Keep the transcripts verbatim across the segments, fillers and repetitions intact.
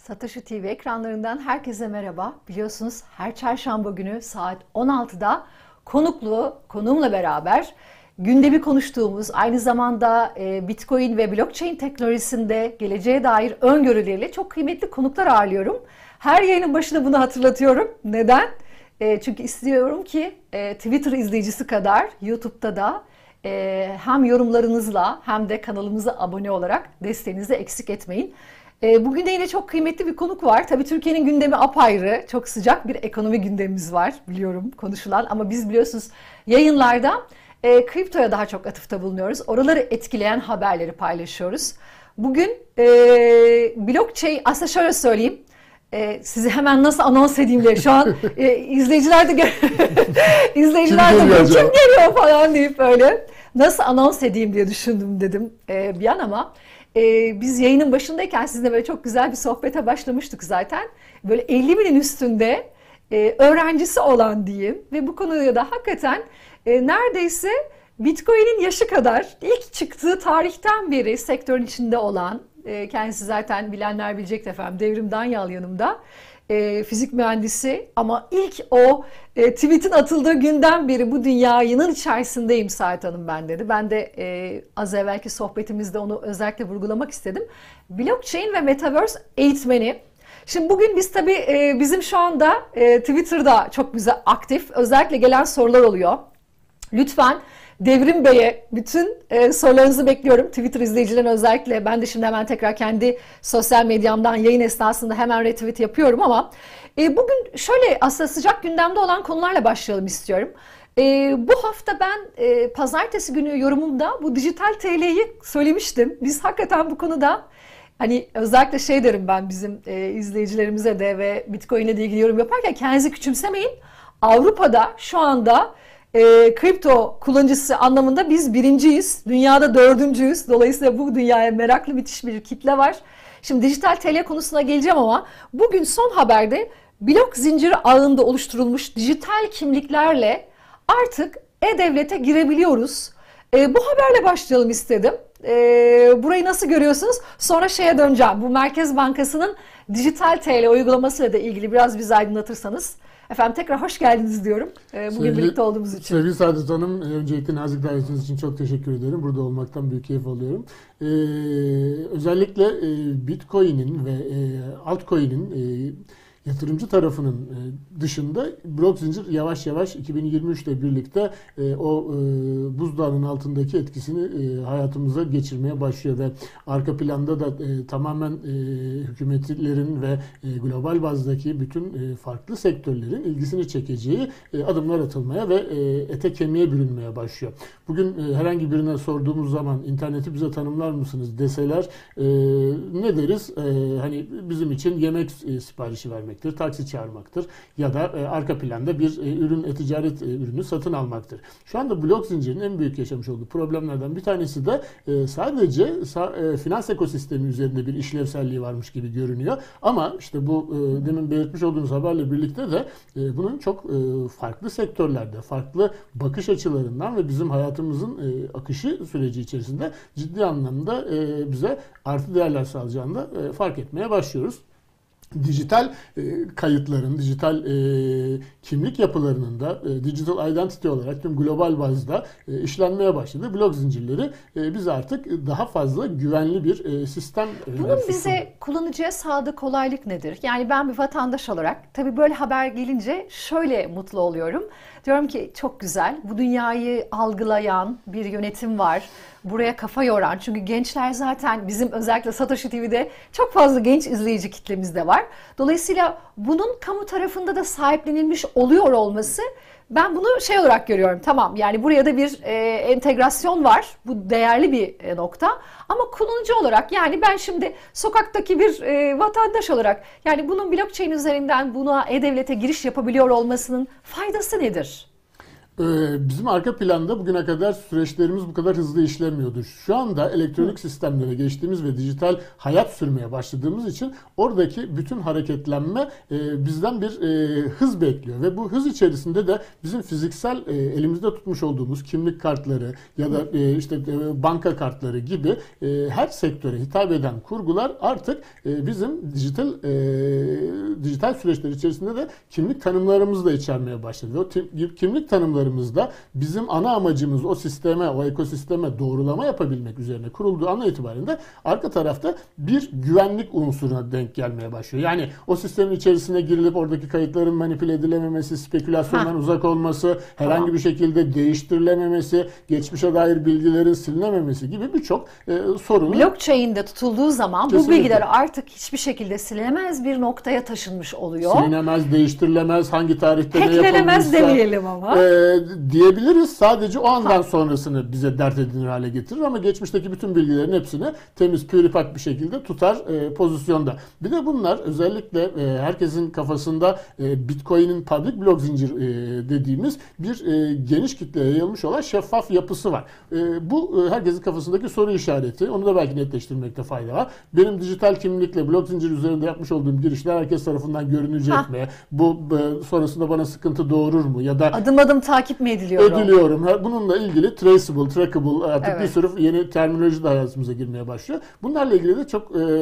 Satoshi T V ekranlarından herkese merhaba. Biliyorsunuz her çarşamba günü saat on altıda konuklu, konuğumla beraber gündemi konuştuğumuz, aynı zamanda Bitcoin ve blockchain teknolojisinde geleceğe dair öngörüleriyle çok kıymetli konuklar ağırlıyorum. Her yayının başında bunu hatırlatıyorum. Neden? Çünkü istiyorum ki Twitter izleyicisi kadar YouTube'da da hem yorumlarınızla hem de kanalımıza abone olarak desteğinizi eksik etmeyin. Bugün de yine çok kıymetli bir konuk var. Tabii Türkiye'nin gündemi apayrı. Çok sıcak bir ekonomi gündemimiz var biliyorum konuşulan. Ama biz biliyorsunuz yayınlarda e, kriptoya daha çok atıfta bulunuyoruz. Oraları etkileyen haberleri paylaşıyoruz. Bugün e, blockchain, aslında şöyle söyleyeyim. E, sizi hemen nasıl anons edeyim diye şu an e, izleyiciler de izleyiciler de kim geliyor falan deyip böyle nasıl anons edeyim diye düşündüm dedim e, bir an ama Ee, biz yayının başındayken sizinle böyle çok güzel bir sohbete başlamıştık zaten. Böyle elli binin üstünde e, öğrencisi olan diyeyim ve bu konuda da hakikaten e, neredeyse Bitcoin'in yaşı kadar ilk çıktığı tarihten beri sektörün içinde olan, e, kendisi zaten bilenler bilecek efendim, Devrim Danyal yanımda. E, fizik mühendisi ama ilk o e, tweet'in atıldığı günden beri bu dünyanın içerisindeyim Sait Hanım ben dedi. Ben de e, az evvelki sohbetimizde onu özellikle vurgulamak istedim. Blockchain ve Metaverse eğitmeni. Şimdi bugün biz tabii e, bizim şu anda e, Twitter'da çok güzel aktif, özellikle gelen sorular oluyor. Lütfen Devrim Bey'e bütün e, sorularınızı bekliyorum. Twitter izleyicilerine özellikle, ben de şimdi hemen tekrar kendi sosyal medyamdan yayın esnasında hemen retweet yapıyorum ama e, bugün şöyle aslında sıcak gündemde olan konularla başlayalım istiyorum. E, bu hafta ben e, pazartesi günü yorumumda bu dijital T L'yi söylemiştim. Biz hakikaten bu konuda hani özellikle şey derim ben bizim e, izleyicilerimize de ve Bitcoin ile ilgili yorum yaparken kendinizi küçümsemeyin. Avrupa'da şu anda E, kripto kullanıcısı anlamında biz birinciyiz. Dünyada dördüncüyüz. Dolayısıyla bu dünyaya meraklı müthiş bir kitle var. Şimdi dijital T L konusuna geleceğim ama bugün son haberde blok zinciri ağında oluşturulmuş dijital kimliklerle artık e-devlete girebiliyoruz. E, bu haberle başlayalım istedim. E, burayı nasıl görüyorsunuz? Sonra şeye döneceğim. Bu Merkez Bankası'nın dijital T L uygulamasıyla da ilgili biraz bizi aydınlatırsanız. Efendim tekrar hoş geldiniz diyorum. Bugün sevgili, birlikte olduğumuz için. Sevgili Saadet Hanım, öncelikle nazik davetiniz için çok teşekkür ederim. Burada olmaktan büyük keyif alıyorum. Ee, özellikle e, Bitcoin'in ve e, altcoin'in e, yatırımcı tarafının e, dışında blok zincir yavaş yavaş iki bin yirmi üç ile birlikte e, o e, buzdağının altındaki etkisini e, hayatımıza geçirmeye başlıyor ve arka planda da e, tamamen e, hükümetlerin ve e, global bazdaki bütün e, farklı sektörlerin ilgisini çekeceği e, adımlar atılmaya ve e, ete kemiğe bürünmeye başlıyor. Bugün e, herhangi birine sorduğumuz zaman interneti bize tanımlar mısınız deseler e, ne deriz? E, hani bizim için yemek e, siparişi vermek, taksi çağırmaktır ya da e, arka planda bir e, ürün, e-ticaret e, ürünü satın almaktır. Şu anda blok zincirinin en büyük yaşamış olduğu problemlerden bir tanesi de e, sadece sa, e, finans ekosistemi üzerinde bir işlevselliği varmış gibi görünüyor. Ama işte bu e, demin belirtmiş olduğunuz haberle birlikte de e, bunun çok e, farklı sektörlerde, farklı bakış açılarından ve bizim hayatımızın e, akışı süreci içerisinde ciddi anlamda e, bize artı değerler sağlayacağını da e, fark etmeye başlıyoruz. Dijital e, kayıtların, dijital e, kimlik yapılarının da e, digital identity olarak tüm global bazda e, işlenmeye başladı. Blok zincirleri e, biz artık daha fazla güvenli bir e, sistem. Bunun e, bize kullanıcıya sağladığı kolaylık nedir? Yani ben bir vatandaş olarak tabii böyle haber gelince şöyle mutlu oluyorum. Diyorum ki çok güzel, bu dünyayı algılayan bir yönetim var. Buraya kafa yoran, çünkü gençler zaten bizim özellikle Satoshi T V'de çok fazla genç izleyici kitlemiz de var. Dolayısıyla bunun kamu tarafında da sahiplenilmiş oluyor olması, ben bunu şey olarak görüyorum. Tamam, yani buraya da bir e, entegrasyon var. Bu değerli bir e, nokta. Ama kullanıcı olarak, yani ben şimdi sokaktaki bir e, vatandaş olarak, yani bunun blockchain üzerinden buna e-devlete giriş yapabiliyor olmasının faydası nedir? Bizim arka planda bugüne kadar süreçlerimiz bu kadar hızlı işlemiyordu. Şu anda elektronik Hı. sistemlere geçtiğimiz ve dijital hayat sürmeye başladığımız için oradaki bütün hareketlenme bizden bir hız bekliyor. Ve bu hız içerisinde de bizim fiziksel elimizde tutmuş olduğumuz kimlik kartları ya da işte banka kartları gibi her sektöre hitap eden kurgular artık bizim dijital dijital süreçler içerisinde de kimlik tanımlarımızı da içermeye başladı. Ve o kimlik tanımları bizim ana amacımız o sisteme, o ekosisteme doğrulama yapabilmek üzerine kurulduğu anla itibaren de arka tarafta bir güvenlik unsuruna denk gelmeye başlıyor. Yani o sistemin içerisine girilip oradaki kayıtların manipüle edilememesi, spekülasyondan ha. uzak olması, herhangi tamam. bir şekilde değiştirilememesi, geçmişe dair bilgilerin silinememesi gibi birçok e, sorunu. Blockchain'de tutulduğu zaman Kesinlikle. bu bilgiler artık hiçbir şekilde silinemez bir noktaya taşınmış oluyor. Silinemez, değiştirilemez, hangi tarihte ne yapılmışsa. Hacklenemez demeyelim ama. E, diyebiliriz. Sadece o andan ha. sonrasını bize dert edinir hale getirir ama geçmişteki bütün bilgilerin hepsini temiz, püripak bir şekilde tutar e, pozisyonda. Bir de bunlar özellikle e, herkesin kafasında e, Bitcoin'in public blok zincir e, dediğimiz bir e, geniş kitleye yayılmış olan şeffaf yapısı var. E, bu e, herkesin kafasındaki soru işareti. Onu da belki netleştirmekte fayda var. Benim dijital kimlikle blok zincir üzerinde yapmış olduğum girişler herkes tarafından görünecek ha. mi? Bu e, sonrasında bana sıkıntı doğurur mu? Ya da adım adım takip mi ediliyorum? Ediliyorum. Bununla ilgili traceable, trackable artık evet. bir sürü yeni terminoloji de hayatımıza girmeye başlıyor. Bunlarla ilgili de çok e,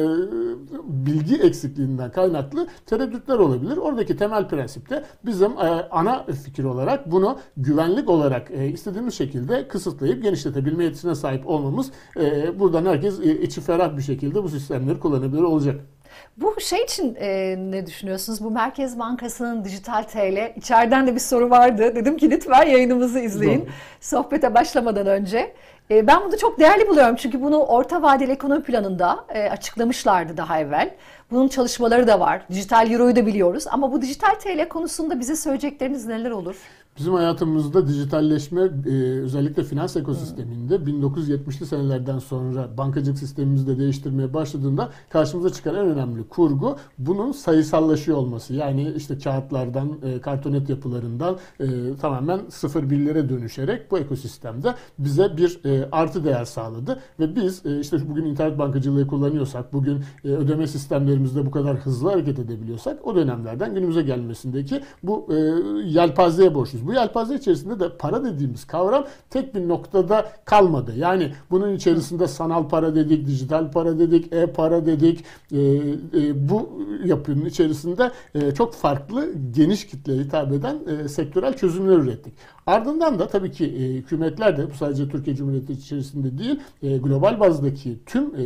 bilgi eksikliğinden kaynaklı tereddütler olabilir. Oradaki temel prensip de bizim e, ana fikir olarak bunu güvenlik olarak e, istediğimiz şekilde kısıtlayıp genişletebilme yetisine sahip olmamız. E, buradan herkes e, içi ferah bir şekilde bu sistemleri kullanabilir olacak. Bu şey için e, ne düşünüyorsunuz? Bu Merkez Bankası'nın dijital T L, içeriden de bir soru vardı. Dedim ki lütfen yayınımızı izleyin. Doğru. Sohbete başlamadan önce. E, ben bunu çok değerli buluyorum. Çünkü bunu orta vadeli ekonomi planında e, açıklamışlardı daha evvel. Bunun çalışmaları da var. Dijital Euro'yu da biliyoruz. Ama bu dijital T L konusunda bize söyleyecekleriniz neler olur? Bizim hayatımızda dijitalleşme özellikle finans ekosisteminde bin dokuz yüz yetmişli senelerden sonra bankacılık sistemimizi de değiştirmeye başladığında karşımıza çıkan en önemli kurgu bunun sayısallaşıyor olması. Yani işte kağıtlardan, kartonet yapılarından tamamen sıfır birlere dönüşerek bu ekosistemde bize bir artı değer sağladı. Ve biz işte bugün internet bankacılığı kullanıyorsak, bugün ödeme sistemlerimizde bu kadar hızlı hareket edebiliyorsak o dönemlerden günümüze gelmesindeki bu yelpazeye borçluyuz. Bu yelpaze içerisinde de para dediğimiz kavram tek bir noktada kalmadı. Yani bunun içerisinde sanal para dedik, dijital para dedik, e-para dedik. E, e, bu yapının içerisinde e, çok farklı geniş kitleye hitap eden e, sektörel çözümler ürettik. Ardından da tabii ki e, hükümetler de bu sadece Türkiye Cumhuriyeti içerisinde değil, e, global bazdaki tüm e,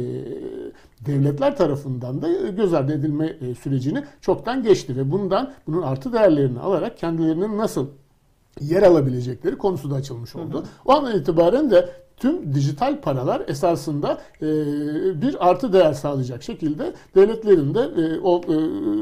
devletler tarafından da göz ardı edilme e, sürecini çoktan geçti ve bundan bunun artı değerlerini alarak kendilerinin nasıl yer alabilecekleri konusu da açılmış oldu. Hı hı. O andan itibaren de tüm dijital paralar esasında e, bir artı değer sağlayacak şekilde devletlerin de e, o e,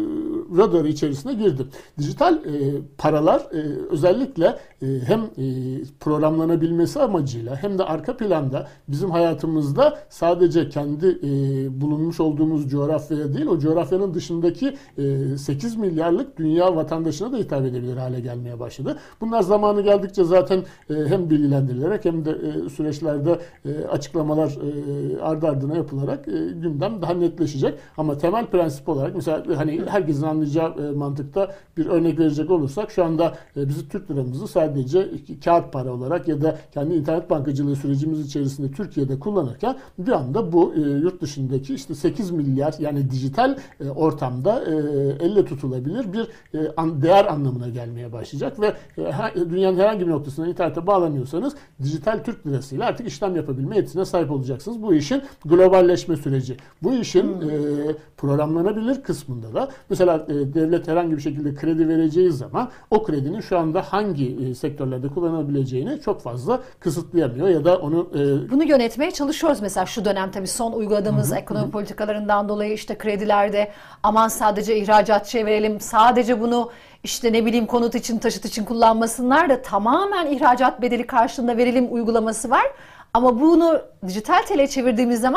radarı içerisine girdi. Dijital e, paralar e, özellikle e, hem e, programlanabilmesi amacıyla hem de arka planda bizim hayatımızda sadece kendi e, bulunmuş olduğumuz coğrafyaya değil, o coğrafyanın dışındaki e, sekiz milyarlık dünya vatandaşına da hitap edebilir hale gelmeye başladı. Bunlar zamanı geldikçe zaten e, hem bilgilendirilerek hem de e, süreçler açıklamalar ardı ardına yapılarak gündem daha netleşecek. Ama temel prensip olarak mesela hani herkesin anlayacağı mantıkta bir örnek verecek olursak şu anda biz Türk liramızı sadece kağıt para olarak ya da kendi internet bankacılığı sürecimiz içerisinde Türkiye'de kullanırken bir anda bu yurt dışındaki işte sekiz milyar yani dijital ortamda elle tutulabilir bir değer anlamına gelmeye başlayacak ve dünyanın herhangi bir noktasına internete bağlanıyorsanız dijital Türk lirasıyla artık işlem yapabilme yetisine sahip olacaksınız. Bu işin globalleşme süreci. Bu işin hmm. e, programlanabilir kısmında da mesela e, devlet herhangi bir şekilde kredi vereceği zaman o kredinin şu anda hangi e, sektörlerde kullanabileceğini çok fazla kısıtlayamıyor ya da onu... E, Bunu yönetmeye çalışıyoruz mesela şu dönem tabii son uyguladığımız hı, ekonomi hı. politikalarından dolayı işte kredilerde aman sadece ihracatçıya verelim, sadece bunu İşte ne bileyim konut için, taşıt için kullanmasınlar da tamamen ihracat bedeli karşılığında verelim uygulaması var. Ama bunu dijital T L'ye çevirdiğimiz zaman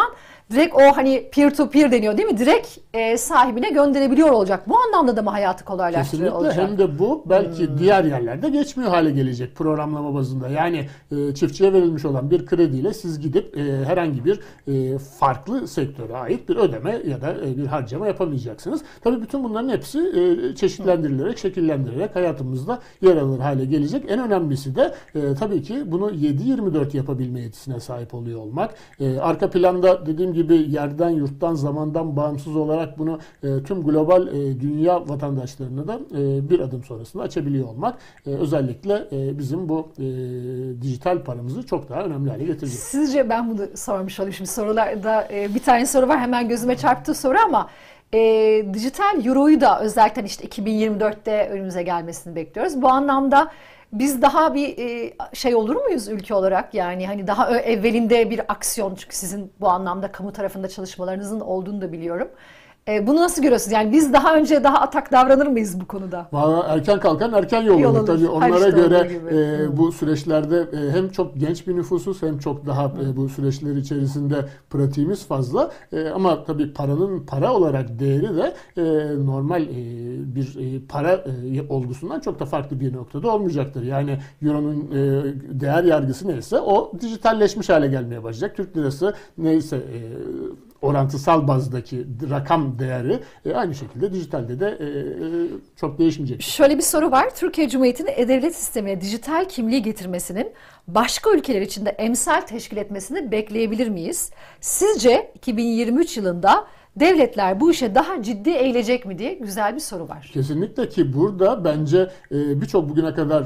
direkt o hani peer to peer deniyor değil mi? Direkt e, sahibine gönderebiliyor olacak. Bu anlamda da mı hayatı kolaylaştırıyor Kesinlikle. olacak? Hem de bu belki hmm. diğer yerlerde geçmiyor hale gelecek programlama bazında. Yani e, çiftçiye verilmiş olan bir krediyle siz gidip e, herhangi bir e, farklı sektöre ait bir ödeme ya da e, bir harcama yapamayacaksınız. Tabii bütün bunların hepsi e, çeşitlendirilerek, şekillendirilerek hayatımızda yer alır hale gelecek. En önemlisi de e, tabii ki bunu yedi yirmi dört yapabilme yetisine sahip oluyor olmak. E, arka planda dediğim gibi yerden, yurttan, zamandan bağımsız olarak bunu e, tüm global e, dünya vatandaşlarına da e, bir adım sonrasında açabiliyor olmak e, özellikle e, bizim bu e, dijital paramızı çok daha önemli hale getirecek. Sizce, ben bunu sormuş olayım şimdi sorularda, e, bir tane soru var hemen gözüme çarptı soru ama e, dijital euroyu da özellikle işte iki bin yirmi dörtte önümüze gelmesini bekliyoruz. Bu anlamda biz daha bir e, şey olur muyuz ülke olarak? Yani hani daha ö- evvelinde bir aksiyon, çünkü sizin bu anlamda kamu tarafında çalışmalarınızın olduğunu da biliyorum. E, bunu nasıl görüyorsunuz? Yani biz daha önce daha atak davranır mıyız bu konuda? Vallahi erken kalkan erken yol Yol olur. olur. Tabii onlara Her işte göre olduğu gibi. e, Hmm. bu süreçlerde e, hem çok genç bir nüfusuz hem çok daha e, bu süreçler içerisinde pratiğimiz fazla. E, ama tabii paranın para olarak değeri de e, normal e, bir e, para e, olgusundan çok da farklı bir noktada olmayacaktır. Yani Euro'nun e, değer yargısı neyse o dijitalleşmiş hale gelmeye başlayacak. Türk lirası neyse e, orantısal bazdaki rakam değeri e, aynı şekilde dijitalde de e, çok değişmeyecek. Şöyle bir soru var. Türkiye Cumhuriyeti'nin e-devlet sistemine dijital kimliği getirmesinin başka ülkeler için de emsal teşkil etmesini bekleyebilir miyiz? Sizce iki bin yirmi üç yılında devletler bu işe daha ciddi eğilecek mi diye güzel bir soru var. Kesinlikle, ki burada bence e, birçok bugüne kadar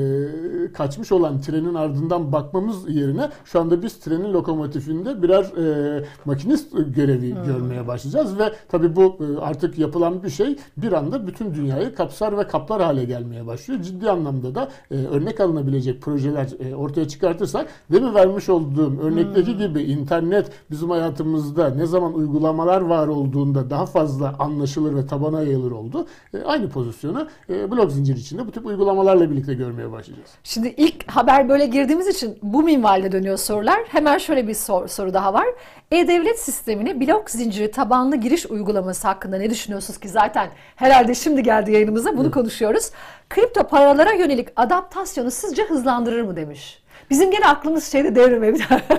e, kaçmış olan trenin ardından bakmamız yerine şu anda biz trenin lokomotifinde birer e, makinist görevi hmm. görmeye başlayacağız ve tabii bu e, artık yapılan bir şey bir anda bütün dünyayı kapsar ve kaplar hale gelmeye başlıyor. Ciddi anlamda da e, örnek alınabilecek projeler e, ortaya çıkartırsak, demin vermiş olduğum örnekteki hmm. gibi internet bizim hayatımızda ne zaman uygulamalar var olduğunda daha fazla anlaşılır ve tabana yayılır oldu. E, aynı pozisyonu e, blok zincir içinde bu tip uygulamalarla birlikte görmeye başlayacağız. Şimdi ilk haber böyle girdiğimiz için bu minvalde dönüyor sorular. Hemen şöyle bir sor, soru daha var. E-Devlet sistemine blok zinciri tabanlı giriş uygulaması hakkında ne düşünüyorsunuz ki? Zaten herhalde şimdi geldi yayınımıza bunu evet. konuşuyoruz. Kripto paralara yönelik adaptasyonu sizce hızlandırır mı demiş. Bizim gene aklımız şeyde devrime.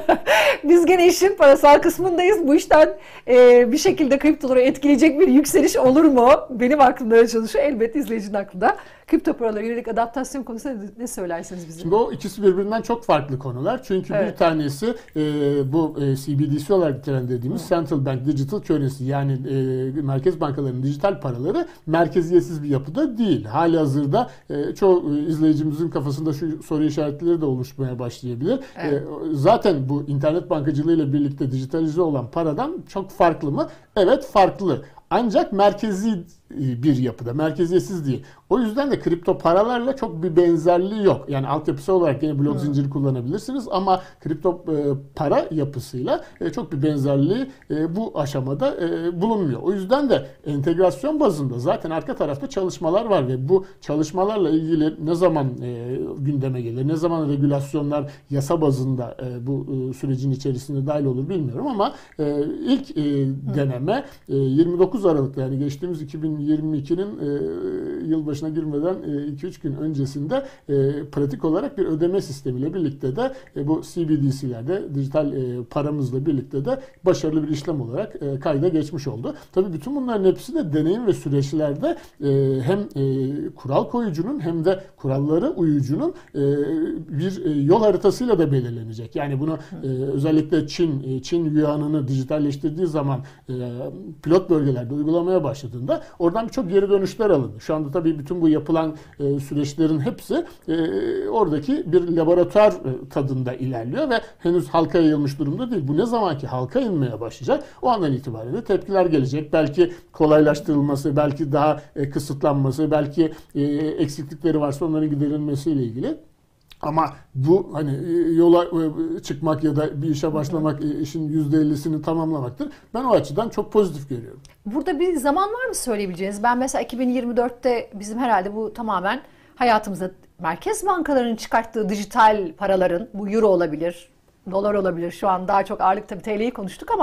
Biz gene işin parasal kısmındayız. Bu işten e, bir şekilde kriptoları etkileyecek bir yükseliş olur mu? Benim aklımda öyle çalışıyor. Elbette izleyicinin aklında. Kripto paralara yönelik adaptasyon konusunda ne söylersiniz bize? Şimdi o ikisi birbirinden çok farklı konular. Çünkü evet. bir tanesi e, bu e, C B D C olarak nitelendirdiğimiz Central Bank Digital Currency, yani e, merkez bankalarının dijital paraları merkeziyetsiz bir yapıda değil. Halihazırda e, çoğu e, izleyicimizin kafasında şu soru işaretleri de oluşmaya başlayabilir. Evet. E, zaten bu internet bankacılığı ile birlikte dijitalize olan paradan çok farklı mı? Evet, farklı. Ancak merkezi bir yapıda, merkeziyetsiz değil. O yüzden de kripto paralarla çok bir benzerliği yok. Yani altyapısı olarak yine blok hmm. zinciri kullanabilirsiniz ama kripto e, para yapısıyla e, çok bir benzerliği e, bu aşamada e, bulunmuyor. O yüzden de entegrasyon bazında zaten arka tarafta çalışmalar var ve bu çalışmalarla ilgili ne zaman e, gündeme gelir, ne zaman regülasyonlar yasa bazında e, bu e, sürecin içerisinde dahil olur bilmiyorum ama e, ilk e, deneme e, yirmi dokuz Aralık'ta, yani geçtiğimiz iki bin yirmi ikinin e, yılbaşına girmeden iki üç gün öncesinde e, pratik olarak bir ödeme sistemiyle birlikte de e, bu C B D C'lerde dijital e, paramızla birlikte de başarılı bir işlem olarak e, kayda geçmiş oldu. Tabii bütün bunların hepsi de deneyim ve süreçlerde e, hem e, kural koyucunun hem de kurallara uyucunun e, bir e, yol haritasıyla da belirlenecek. Yani bunu e, özellikle Çin, e, Çin yuanını dijitalleştirdiği zaman e, pilot bölgelerde uygulamaya başladığında oradan birçok geri dönüşler alındı. Şu anda tabii bütün bu yapılan e, süreçlerin hepsi e, oradaki bir laboratuvar e, tadında ilerliyor ve henüz halka yayılmış durumda değil. Bu ne zaman ki halka inmeye başlayacak, o andan itibaren de tepkiler gelecek. Belki kolaylaştırılması, belki daha e, kısıtlanması, belki e, eksiklikleri varsa onların giderilmesiyle ilgili. Ama bu hani yola çıkmak ya da bir işe başlamak işin yüzde ellisini tamamlamaktır. Ben o açıdan çok pozitif görüyorum. Burada bir zaman var mı söyleyebileceğiniz? Ben mesela iki bin yirmi dörtte bizim herhalde bu tamamen hayatımızda merkez bankalarının çıkarttığı dijital paraların, bu euro olabilir, dolar olabilir. Şu an daha çok ağırlık tabii T L'yi konuştuk ama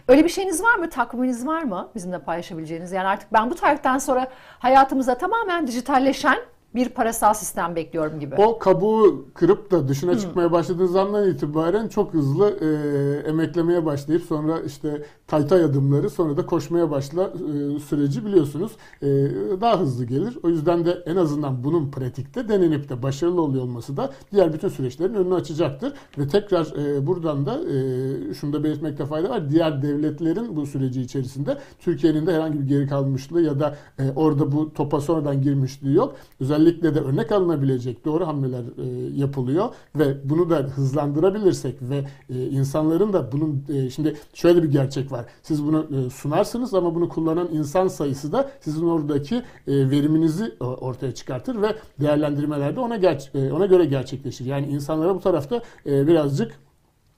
Öyle bir şeyiniz var mı? Takviminiz var mı bizimle paylaşabileceğiniz? Yani artık ben bu tarihten sonra hayatımıza tamamen dijitalleşen bir parasal sistem bekliyorum gibi. O kabuğu kırıp da dışına hmm. çıkmaya başladığınız andan itibaren çok hızlı e, emeklemeye başlayıp sonra işte taytay adımları, sonra da koşmaya başla e, süreci biliyorsunuz e, daha hızlı gelir. O yüzden de en azından bunun pratikte denenip de başarılı oluyor olması da diğer bütün süreçlerin önünü açacaktır. Ve tekrar e, buradan da e, şunu da belirtmekte fayda var. Diğer devletlerin bu süreci içerisinde Türkiye'nin de herhangi bir geri kalmışlığı ya da e, orada bu topa sonradan girmişliği yok. Özellikle Özellikle de örnek alınabilecek doğru hamleler e, yapılıyor ve bunu da hızlandırabilirsek ve e, insanların da bunun e, şimdi şöyle bir gerçek var. Siz bunu e, sunarsınız ama bunu kullanan insan sayısı da sizin oradaki e, veriminizi e, ortaya çıkartır ve değerlendirmelerde ona ger- e, ona göre gerçekleşir. Yani insanlara bu tarafta e, birazcık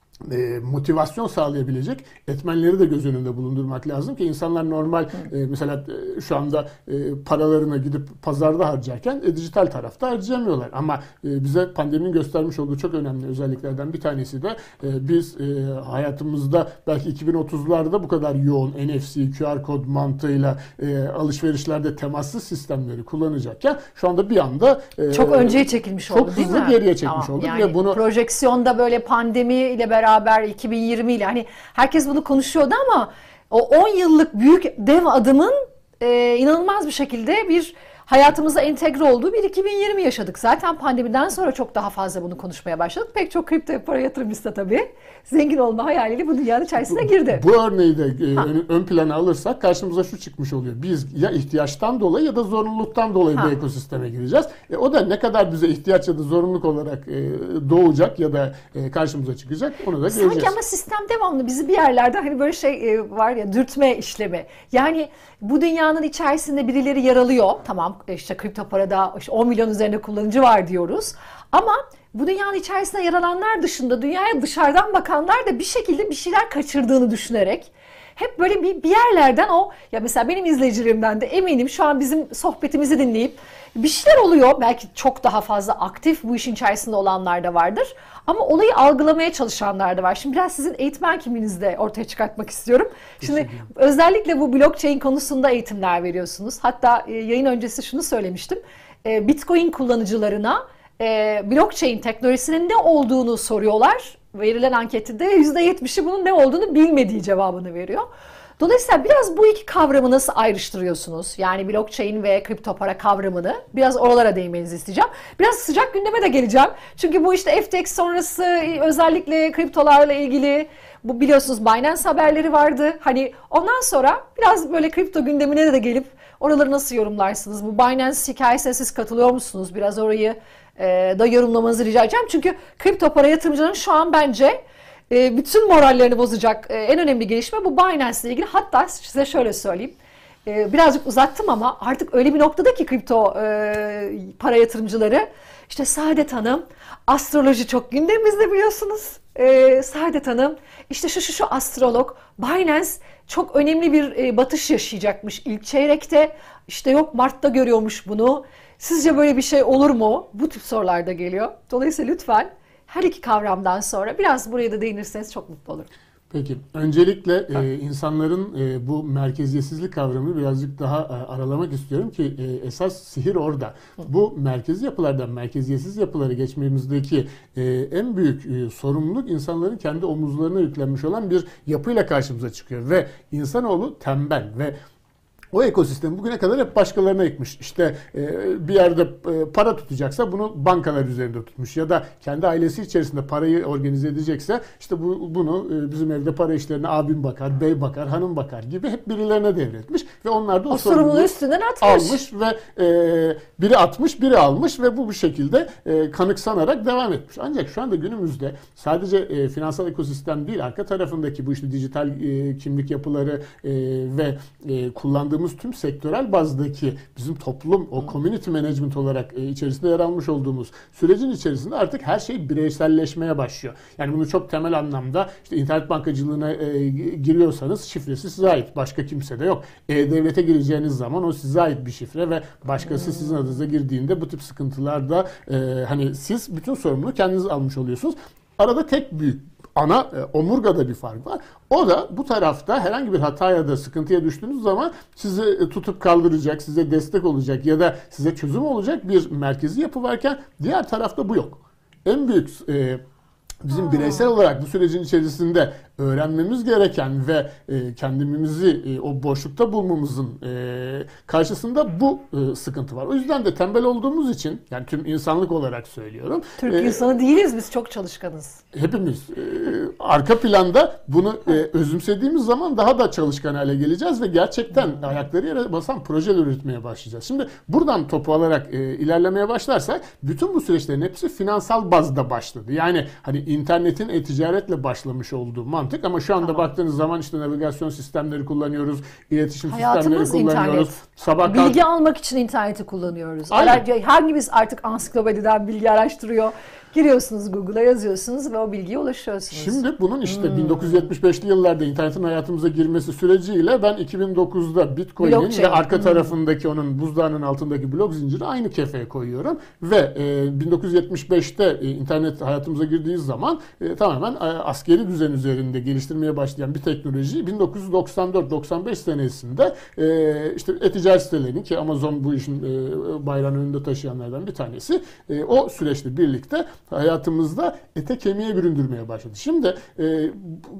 E, motivasyon sağlayabilecek etmenleri de göz önünde bulundurmak lazım ki insanlar normal e, mesela e, şu anda e, paralarını gidip pazarda harcarken e, dijital tarafta harcayamıyorlar. Ama e, bize pandeminin göstermiş olduğu çok önemli özelliklerden bir tanesi de e, biz e, hayatımızda belki iki bin otuzlarda bu kadar yoğun N F C, Q R kod mantığıyla e, alışverişlerde temassız sistemleri kullanacakken şu anda bir anda e, çok önceye çekilmiş oldu, çok hızlı geriye çekmiş tamam, olduk yani ve bunu projeksiyonda böyle pandemi ile beraber beraber iki bin yirmi ile hani herkes bunu konuşuyordu ama o on yıllık büyük dev adımın e, inanılmaz bir şekilde bir hayatımıza entegre olduğu bir iki bin yirmi yaşadık. Zaten pandemiden sonra çok daha fazla bunu konuşmaya başladık. Pek çok kripto para yatırımcısı da tabii zengin olma hayaliyle bu dünyanın içerisine girdi. Bu, bu örneği de e, ön, ön plana alırsak karşımıza şu çıkmış oluyor. Biz ya ihtiyaçtan dolayı ya da zorunluluktan dolayı ha. bu ekosisteme gireceğiz. E, o da ne kadar bize ihtiyaç ya da zorunluluk olarak e, doğacak ya da e, karşımıza çıkacak onu da göreceğiz. Sanki ama sistem devamlı bizi bir yerlerde hani böyle şey e, var ya dürtme işlemi. Yani bu dünyanın içerisinde birileri yer alıyor. Tamam işte kripto parada işte on milyon üzerinde kullanıcı var diyoruz. Ama bu dünyanın içerisinde yer alanlar dışında dünyaya dışarıdan bakanlar da bir şekilde bir şeyler kaçırdığını düşünerek hep böyle bir, bir yerlerden o ya mesela benim izleyicilerimden de eminim şu an bizim sohbetimizi dinleyip bir şeyler oluyor. Belki çok daha fazla aktif bu işin içerisinde olanlar da vardır. Ama olayı algılamaya çalışanlar da var. Şimdi biraz sizin eğitmen kimliğinizi de ortaya çıkartmak istiyorum. Şimdi özellikle bu blockchain konusunda eğitimler veriyorsunuz. Hatta yayın öncesi şunu söylemiştim. Bitcoin kullanıcılarına blockchain teknolojisinin ne olduğunu soruyorlar. Verilen ankette yüzde yetmişi bunun ne olduğunu bilmediği cevabını veriyor. Dolayısıyla biraz bu iki kavramı nasıl ayrıştırıyorsunuz? Yani blockchain ve kripto para kavramını biraz oralara değinmenizi isteyeceğim. Biraz sıcak gündeme de geleceğim. Çünkü bu işte F T X sonrası özellikle kriptolarla ilgili bu biliyorsunuz Binance haberleri vardı. Hani ondan sonra biraz böyle kripto gündemine de gelip oraları nasıl yorumlarsınız? Bu Binance hikayesine siz katılıyor musunuz? Biraz orayı e, da yorumlamanızı rica edeceğim. Çünkü kripto para yatırımcıların şu an bence bütün morallerini bozacak en önemli gelişme bu Binance ile ilgili. Hatta size şöyle söyleyeyim. Birazcık uzattım ama artık öyle bir noktada ki kripto para yatırımcıları. İşte Saadet Hanım, astroloji çok gündemimizde biliyorsunuz. Saadet Hanım, işte şu şu şu astrolog, Binance çok önemli bir batış yaşayacakmış ilk çeyrekte. İşte yok Mart'ta görüyormuş bunu. Sizce böyle bir şey olur mu? Bu tip sorular da geliyor. Dolayısıyla lütfen her iki kavramdan sonra biraz buraya da değinirseniz çok mutlu olurum. Peki, öncelikle e, insanların e, bu merkeziyetsizlik kavramını birazcık daha e, aralamak istiyorum ki e, esas sihir orada. Hı. Bu merkezi yapılardan merkeziyetsiz yapıları geçmemizdeki e, en büyük e, sorumluluk insanların kendi omuzlarına yüklenmiş olan bir yapıyla karşımıza çıkıyor ve insanoğlu tembel ve o ekosistemi bugüne kadar hep başkalarına yıkmış. İşte e, bir yerde e, para tutacaksa bunu bankalar üzerinde tutmuş ya da kendi ailesi içerisinde parayı organize edecekse işte bu bunu e, bizim evde para işlerine abim bakar, bey bakar, hanım bakar gibi hep birilerine devretmiş ve onlar da o, o sorumluluğu üstünden atmış. almış ve e, biri atmış, biri almış ve bu bu şekilde e, kanıksanarak devam etmiş. Ancak şu anda günümüzde sadece e, finansal ekosistem değil, arka tarafındaki bu işte dijital e, kimlik yapıları e, ve e, kullandığı tüm sektörel bazdaki bizim toplum, o community management olarak e, içerisinde yer almış olduğumuz sürecin içerisinde artık her şey bireyselleşmeye başlıyor. Yani bunu çok temel anlamda işte internet bankacılığına e, giriyorsanız şifresi size ait. Başka kimse de yok. E-Devlet'e gireceğiniz zaman o size ait bir şifre ve başkası sizin adınıza girdiğinde bu tip sıkıntılarda e, hani siz bütün sorumluluğu kendiniz almış oluyorsunuz. Arada tek büyük ana e, omurgada bir fark var. O da bu tarafta herhangi bir hata ya da sıkıntıya düştüğünüz zaman sizi e, tutup kaldıracak, size destek olacak ya da size çözüm olacak bir merkezi yapı varken diğer tarafta bu yok. En büyük e, bizim bireysel olarak bu sürecin içerisinde öğrenmemiz gereken ve e, kendimizi e, o boşlukta bulmamızın e, karşısında bu e, sıkıntı var. O yüzden de tembel olduğumuz için, yani tüm insanlık olarak söylüyorum. Türk e, insanı değiliz, biz çok çalışkanız. Hepimiz e, arka planda bunu e, özümsediğimiz zaman daha da çalışkan hale geleceğiz ve gerçekten hmm. ayakları yere basan projeler üretmeye başlayacağız. Şimdi buradan topu alarak e, ilerlemeye başlarsak bütün bu süreçlerin hepsi finansal bazda başladı. Yani hani internetin e-ticaretle başlamış olduğu mantık ama şu anda tamam. baktığınız zaman işte navigasyon sistemleri kullanıyoruz, iletişim Hayatımız sistemleri kullanıyoruz. İnternet. Sabah bilgi kalk- almak için interneti kullanıyoruz. Aynen. Hangimiz artık ansiklopediden bilgi araştırıyor? Giriyorsunuz Google'a, yazıyorsunuz ve o bilgiye ulaşıyorsunuz. Şimdi bunun işte hmm. bin dokuz yüz yetmiş beşli yıllarda internetin hayatımıza girmesi süreciyle ben iki bin dokuzda Bitcoin'in Blockchain. ve arka hmm. tarafındaki onun buzdağının altındaki blok zinciri aynı kefeye koyuyorum. Ve e, bin dokuz yüz yetmiş beşte e, internet hayatımıza girdiği zaman e, tamamen e, askeri düzen üzerinde geliştirmeye başlayan bir teknolojiyi bin dokuz yüz doksan dört doksan beş senesinde e, işte e-ticaret sitelerinin, ki Amazon bu işin e, bayrağını önünde taşıyanlardan bir tanesi, e, o süreçle birlikte hayatımızda ete kemiğe büründürmeye başladı. Şimdi e,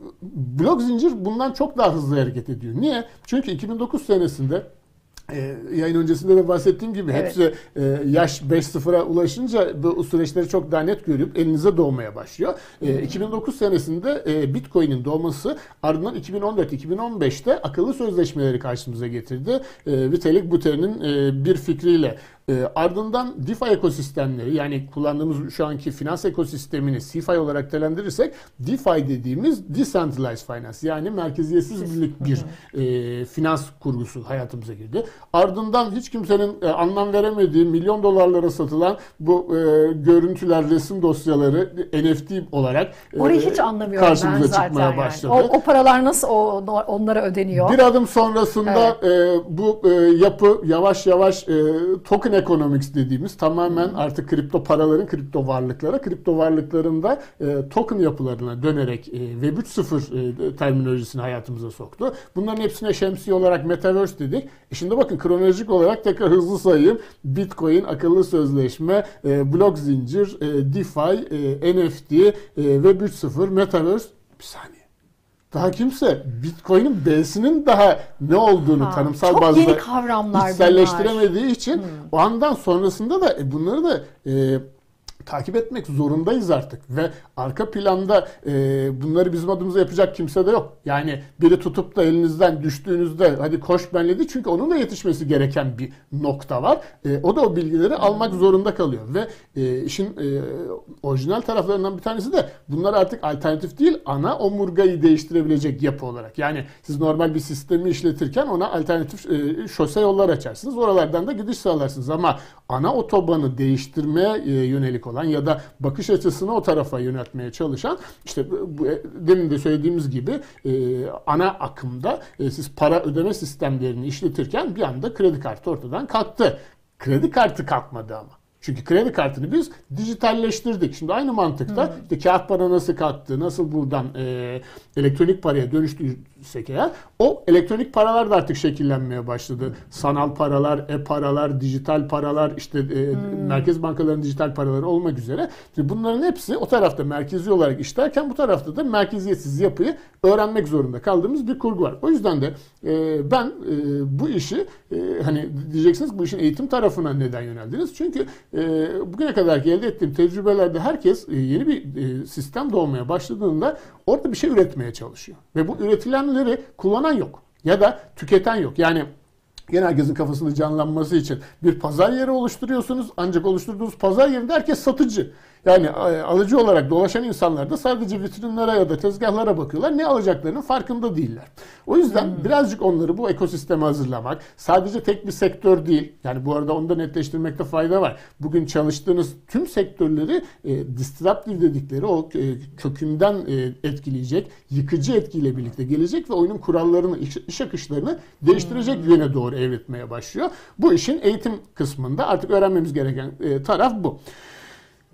blok zincir bundan çok daha hızlı hareket ediyor. Niye? Çünkü iki bin dokuz senesinde Ee, yayın öncesinde de bahsettiğim gibi evet. hepsi e, yaş beş sıfıra ulaşınca bu süreçleri çok daha net görüp elinize doğmaya başlıyor. E, iki bin dokuz senesinde e, Bitcoin'in doğması, ardından iki bin on dört iki bin on beşte akıllı sözleşmeleri karşımıza getirdi. E, Vitalik Buterin'in e, bir fikriyle. E, ardından DeFi ekosistemleri, yani kullandığımız şu anki finans ekosistemini C F I olarak telendirirsek, DeFi dediğimiz Decentralized Finance, yani merkeziyetsiz bir e, finans kurgusu hayatımıza girdi. Ardından hiç kimsenin e, anlam veremediği milyon dolarlara satılan bu e, görüntüler, resim dosyaları N F T olarak e, orayı hiç anlamıyorum karşımıza ben zaten çıkmaya yani. başladı. O, o paralar nasıl o, onlara ödeniyor? Bir adım sonrasında evet. e, bu e, yapı yavaş yavaş e, token economics dediğimiz tamamen hmm. artık kripto paraların kripto varlıklara, kripto varlıklarında e, token yapılarına dönerek e, Web üç nokta sıfır e, terminolojisini hayatımıza soktu. Bunların hepsine şemsiye olarak Metaverse dedik. E şimdi bakın, kronolojik olarak tekrar hızlı sayayım. Bitcoin, akıllı sözleşme, e, blok zincir, e, DeFi, e, N F T, e, Web üç nokta sıfır, Metaverse. Bir saniye. Daha kimse Bitcoin'in B'sinin daha ne olduğunu ha, tanımsal bazda yeni kavramlar içselleştiremediği bunlar. için hmm. o andan sonrasında da e, bunları da e, takip etmek zorundayız artık ve arka planda e, bunları bizim adımıza yapacak kimse de yok. Yani biri tutup da elinizden düştüğünüzde hadi koş benle değil, çünkü onun da yetişmesi gereken bir nokta var. E, o da o bilgileri hmm. almak zorunda kalıyor ve e, işin e, orijinal taraflarından bir tanesi de bunlar artık alternatif değil, ana omurgayı değiştirebilecek yapı olarak. Yani siz normal bir sistemi işletirken ona alternatif e, şose yollar açarsınız. Oralardan da gidiş sağlarsınız ama ana otobanı değiştirmeye e, yönelik olan ya da bakış açısını o tarafa yöneltmeye çalışan, işte bu, demin de söylediğimiz gibi e, ana akımda e, siz para ödeme sistemlerini işletirken bir anda kredi kartı ortadan kalktı. Kredi kartı kalkmadı ama. Çünkü kredi kartını biz dijitalleştirdik. Şimdi aynı mantıkta hmm. işte kağıt para nasıl kalktı, nasıl buradan e, elektronik paraya dönüştüysek eğer, o elektronik paralar da artık şekillenmeye başladı. Sanal paralar, e-paralar, dijital paralar, işte e, hmm. merkez bankalarının dijital paraları olmak üzere. Şimdi bunların hepsi o tarafta merkezi olarak işlerken bu tarafta da merkeziyetsiz yapıyı öğrenmek zorunda kaldığımız bir kurgu var. O yüzden de e, ben e, bu işi e, hani diyeceksiniz bu işin eğitim tarafına neden yöneldiniz? Çünkü e, bugüne kadar elde ettiğim tecrübelerde herkes e, yeni bir e, sistem doğmaya başladığında orada bir şey üretmeye çalışıyor. Ve bu üretilenleri kullanan yok. Ya da tüketen yok. Yani gene herkesin kafasında canlanması için bir pazar yeri oluşturuyorsunuz. Ancak oluşturduğunuz pazar yerinde herkes satıcı. Yani alıcı olarak dolaşan insanlar da sadece vitrinlere ya da tezgahlara bakıyorlar. Ne alacaklarının farkında değiller. O yüzden hmm. birazcık onları bu ekosisteme hazırlamak, sadece tek bir sektör değil. Yani bu arada onu da netleştirmekte fayda var. Bugün çalıştığınız tüm sektörleri e, disruptive dedikleri o e, kökünden e, etkileyecek, yıkıcı etkiyle birlikte gelecek ve oyunun kurallarını, iş, iş akışlarını değiştirecek hmm. yöne doğru evritmeye başlıyor. Bu işin eğitim kısmında artık öğrenmemiz gereken e, taraf bu.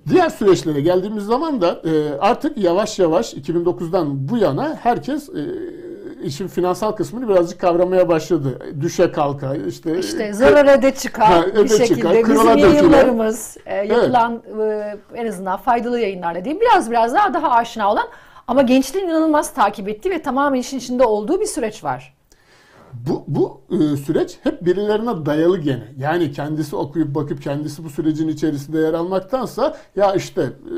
Diğer süreçlere geldiğimiz zaman da e, artık yavaş yavaş iki bin dokuzdan bu yana herkes e, işin finansal kısmını birazcık kavramaya başladı. Düşe kalka işte İşte zarar ede çıkar ha, bir şekilde çıkar, bizim kırıla dökülen. yayınlarımız e, yapılan e, en azından faydalı yayınlarla değil biraz biraz daha daha aşina olan ama gençliğin inanılmaz takip ettiği ve tamamen işin içinde olduğu bir süreç var. Bu, bu e, süreç hep birilerine dayalı gene. Yani kendisi okuyup bakıp kendisi bu sürecin içerisinde yer almaktansa ya işte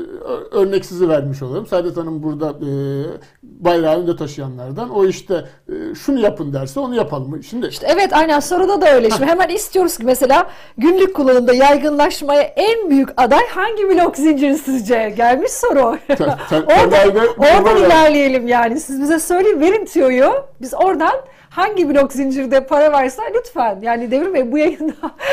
e, örnek sizi vermiş olalım. Saadet Hanım burada e, bayrağı önde taşıyanlardan. O işte e, şunu yapın derse onu yapalım. Şimdi İşte evet aynen soruda da öyle. Şimdi hemen istiyoruz ki mesela günlük kullanımda yaygınlaşmaya en büyük aday hangi blok zinciri sizce? Gelmiş soru. te, te, oradan temelde- oradan ilerleyelim yani. Siz bize söyleyin verin tüyoyu. Biz oradan hangi blok zincirde para varsa lütfen. Yani Devrim Bey bu yayında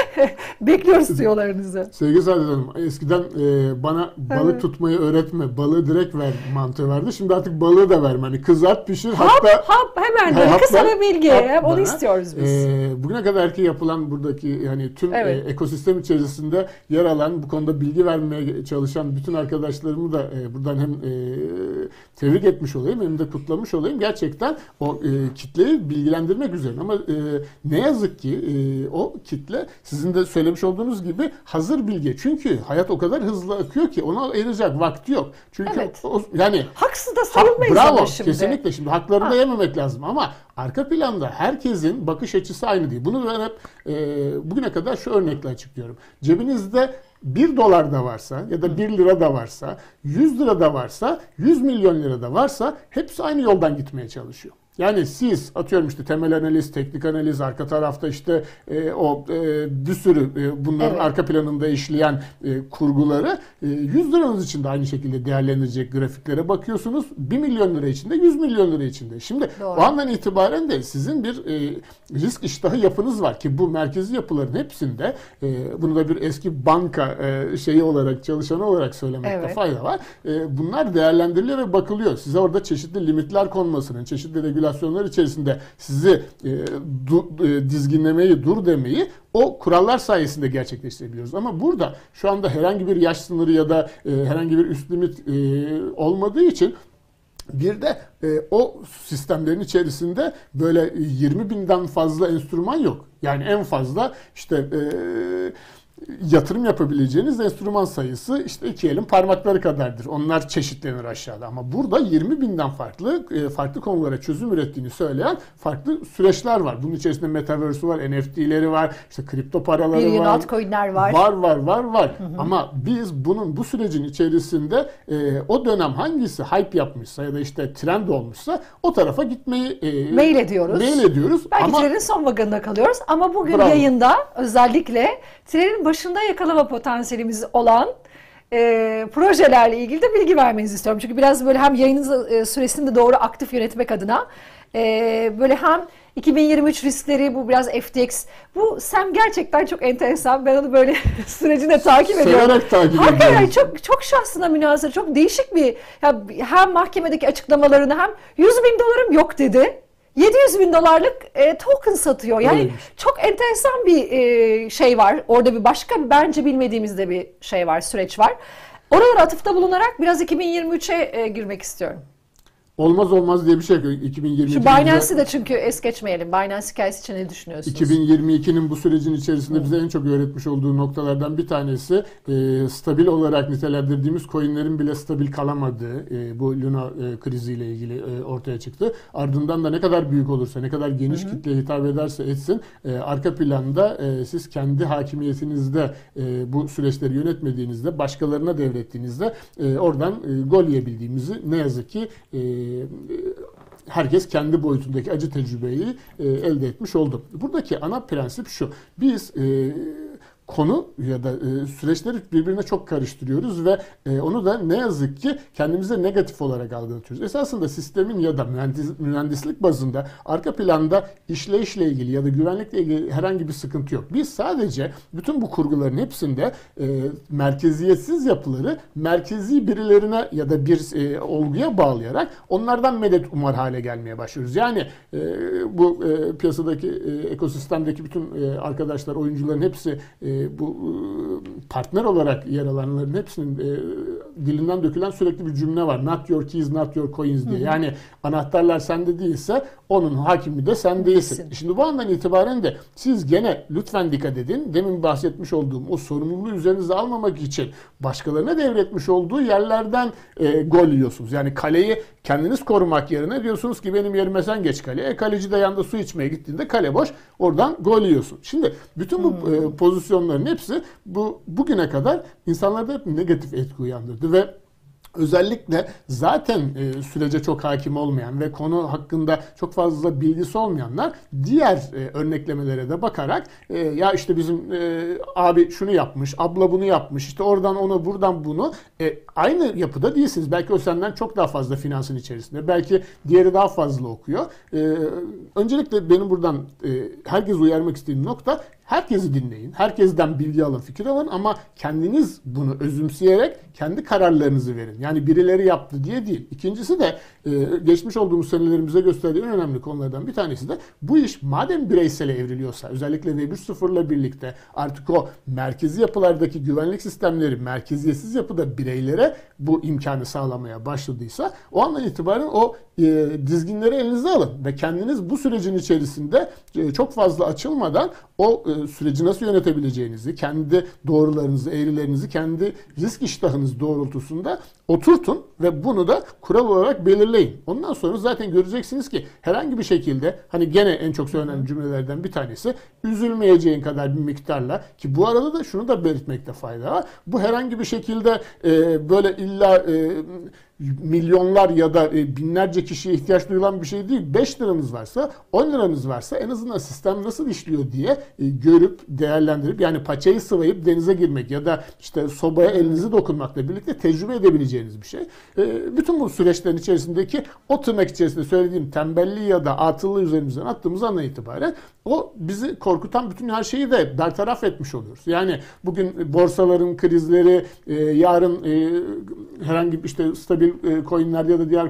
bekliyoruz tüyolarınızı. Sevgili Saadet Hanım, eskiden e, bana balık Evet. tutmayı öğretme, balığı direkt ver mantığı vardı. Şimdi artık balığı da verme. Hani kızart, pişir, Hap hatta hap hemen böyle hap kısa ver, bir bilgi. hap Hep onu bana. istiyoruz biz. E, bugüne kadar ki yapılan buradaki yani tüm Evet. e, ekosistem içerisinde yer alan, bu konuda bilgi vermeye çalışan bütün arkadaşlarımı da e, buradan hem e, tebrik etmiş olayım hem de kutlamış olayım. Gerçekten o e, kitleyi bilgilendirmek üzerine ama e, ne yazık ki e, o kitle sizin de söylemiş olduğunuz gibi hazır bilgi. Çünkü hayat o kadar hızlı akıyor ki ona ayıracak vakti yok. Çünkü Evet. o, yani Haksız da hak, sayılmayız bravo ama şimdi. kesinlikle şimdi haklarını Ha. da yememek lazım ama arka planda herkesin bakış açısı aynı değil. Bunu ben hep e, bugüne kadar şu örnekle açıklıyorum. Cebinizde bir dolar da varsa ya da bir lira da varsa, yüz lira da varsa, yüz milyon lira da varsa hepsi aynı yoldan gitmeye çalışıyor. Yani siz atıyorum işte temel analiz, teknik analiz, arka tarafta işte e, o e, bir sürü e, bunların Evet. arka planında işleyen e, kurguları e, yüz liranız için de aynı şekilde değerlendirecek grafiklere bakıyorsunuz. bir milyon lira içinde, yüz milyon lira içinde. Şimdi Doğru. o andan itibaren de sizin bir e, risk iştahı yapınız var ki bu merkezi yapıların hepsinde e, bunu da bir eski banka e, şeyi olarak çalışanı olarak söylemekte Evet. fayda var. E, bunlar değerlendiriliyor ve bakılıyor. Size orada çeşitli limitler konmasının, çeşitli regülasyonlar içerisinde sizi e, du, e, dizginlemeyi, dur demeyi o kurallar sayesinde gerçekleştirebiliyoruz. Ama burada şu anda herhangi bir yaş sınırı ya da e, herhangi bir üst limit e, olmadığı için bir de e, o sistemlerin içerisinde böyle yirmi binden fazla enstrüman yok. Yani en fazla işte e, yatırım yapabileceğiniz enstrüman sayısı işte iki elin parmakları kadardır. Onlar çeşitlenir aşağıda. Ama burada yirmi binden farklı farklı konulara çözüm ürettiğini söyleyen farklı süreçler var. Bunun içerisinde Metaverse'ü var, N F T'leri var, işte kripto paraları Bir yığın var. altcoin'ler var. Var var var var. Hı hı. Ama biz bunun bu sürecin içerisinde e, o dönem hangisi hype yapmışsa ya da işte trend olmuşsa o tarafa gitmeyi e, Mail ediyoruz. Mail ediyoruz. Belki ama trenin son vagonuna kalıyoruz ama bugün Bravo. yayında özellikle trenin başında yakalama potansiyelimiz olan e, projelerle ilgili de bilgi vermenizi istiyorum. Çünkü biraz böyle hem yayının e, süresini de doğru aktif yönetmek adına e, böyle hem iki bin yirmi üç riskleri bu biraz F T X. Bu Sam gerçekten çok enteresan. Ben onu böyle sürecinde takip ediyorum. severek takip Hakikaten ediyoruz. çok çok şahsına münhasır, çok değişik bir ya hem mahkemedeki açıklamalarını hem yüz bin dolarım yok dedi. yedi yüz bin dolarlık e, token satıyor. Yani Öyleymiş. çok enteresan bir e, şey var. Orada bir başka bence bilmediğimiz de bir şey var, süreç var. Oralara atıfta bulunarak biraz iki bin yirmi üçe e, girmek istiyorum. Olmaz olmaz diye bir şey yok. iki bin yirmi iki Şu Binance'i de çünkü es geçmeyelim. Binance hikayesi için ne düşünüyorsunuz? iki bin yirmi ikinin bu sürecin içerisinde bize en çok öğretmiş olduğu noktalardan bir tanesi e, stabil olarak nitelendirdiğimiz coinlerin bile stabil kalamadığı e, bu Luna e, kriziyle ilgili e, ortaya çıktı. Ardından da ne kadar büyük olursa, ne kadar geniş kitleye hitap ederse etsin e, arka planda e, siz kendi hakimiyetinizde e, bu süreçleri yönetmediğinizde, başkalarına devrettiğinizde e, oradan e, gol yiyebildiğimizi ne yazık ki e, herkes kendi boyutundaki acı tecrübeyi e, elde etmiş oldu. Buradaki ana prensip şu. Biz e, konu ya da e, süreçleri birbirine çok karıştırıyoruz ve e, onu da ne yazık ki kendimize negatif olarak algılatıyoruz. Esasında sistemin ya da mühendis, mühendislik bazında arka planda işleyişle ilgili ya da güvenlikle ilgili herhangi bir sıkıntı yok. Biz sadece bütün bu kurguların hepsinde e, merkeziyetsiz yapıları merkezi birilerine ya da bir e, olguya bağlayarak onlardan medet umar hale gelmeye başlıyoruz. Yani e, bu e, piyasadaki e, ekosistemdeki bütün e, arkadaşlar, oyuncuların hepsi e, bu e, partner olarak yer alanların hepsinin e, dilinden dökülen sürekli bir cümle var. Not your keys, not your coins diye. Hı hı. Yani anahtarlar sende değilse onun hakimi de sen değilsin. Kesin. Şimdi bu andan itibaren de siz gene lütfen dikkat edin. Demin bahsetmiş olduğum o sorumluluğu üzerinize almamak için başkalarına devretmiş olduğu yerlerden e, gol yiyorsunuz. Yani kaleyi kendiniz korumak yerine diyorsunuz ki benim yerime sen geç kaleye. E, kaleci de yanda su içmeye gittiğinde kale boş. Oradan gol yiyorsun. Şimdi bütün bu hmm. e, pozisyonların hepsi bu bugüne kadar insanlarda hep negatif etki uyandırdı ve özellikle zaten e, sürece çok hakim olmayan ve konu hakkında çok fazla bilgisi olmayanlar diğer e, örneklemelere de bakarak e, ya işte bizim e, abi şunu yapmış, abla bunu yapmış, işte oradan onu buradan bunu e, aynı yapıda değilsiniz. Belki o senden çok daha fazla finansın içerisinde. Belki diğeri daha fazla okuyor. E, öncelikle benim buradan e, herkes uyarmak istediğim nokta herkesi dinleyin. Herkesten bilgi alın, fikir alın ama kendiniz bunu özümseyerek kendi kararlarınızı verin. Yani birileri yaptı diye değil. İkincisi de geçmiş olduğumuz senelerimize gösterdiği en önemli konulardan bir tanesi de bu iş madem bireysele evriliyorsa, özellikle Web üç nokta sıfır ile birlikte artık o merkezi yapılardaki güvenlik sistemleri merkeziyetsiz yapıda bireylere bu imkanı sağlamaya başladıysa o andan itibaren o e, dizginleri elinize alın ve kendiniz bu sürecin içerisinde e, çok fazla açılmadan o e, süreci nasıl yönetebileceğinizi, kendi doğrularınızı, eğrilerinizi, kendi risk iştahınız doğrultusunda oturtun ve bunu da kural olarak belirleyin. Ondan sonra zaten göreceksiniz ki herhangi bir şekilde hani gene en çok söylenen cümlelerden bir tanesi üzülmeyeceğin kadar bir miktarla ki bu arada da şunu da belirtmekte fayda var. Bu herhangi bir şekilde e, böyle illa e, milyonlar ya da binlerce kişiye ihtiyaç duyulan bir şey değil. beş liranız varsa, on liranız varsa en azından sistem nasıl işliyor diye görüp, değerlendirip yani paçayı sıvayıp denize girmek ya da işte sobaya elinizi dokunmakla birlikte tecrübe edebileceğiniz bir şey. Bütün bu süreçlerin içerisindeki o tırnak içerisinde söylediğim tembelliği ya da atıllığı üzerimizden attığımız andan itibaren o bizi korkutan bütün her şeyi de bertaraf etmiş oluyoruz. Yani bugün borsaların krizleri, yarın herhangi bir işte stabil coinlerde ya da diğer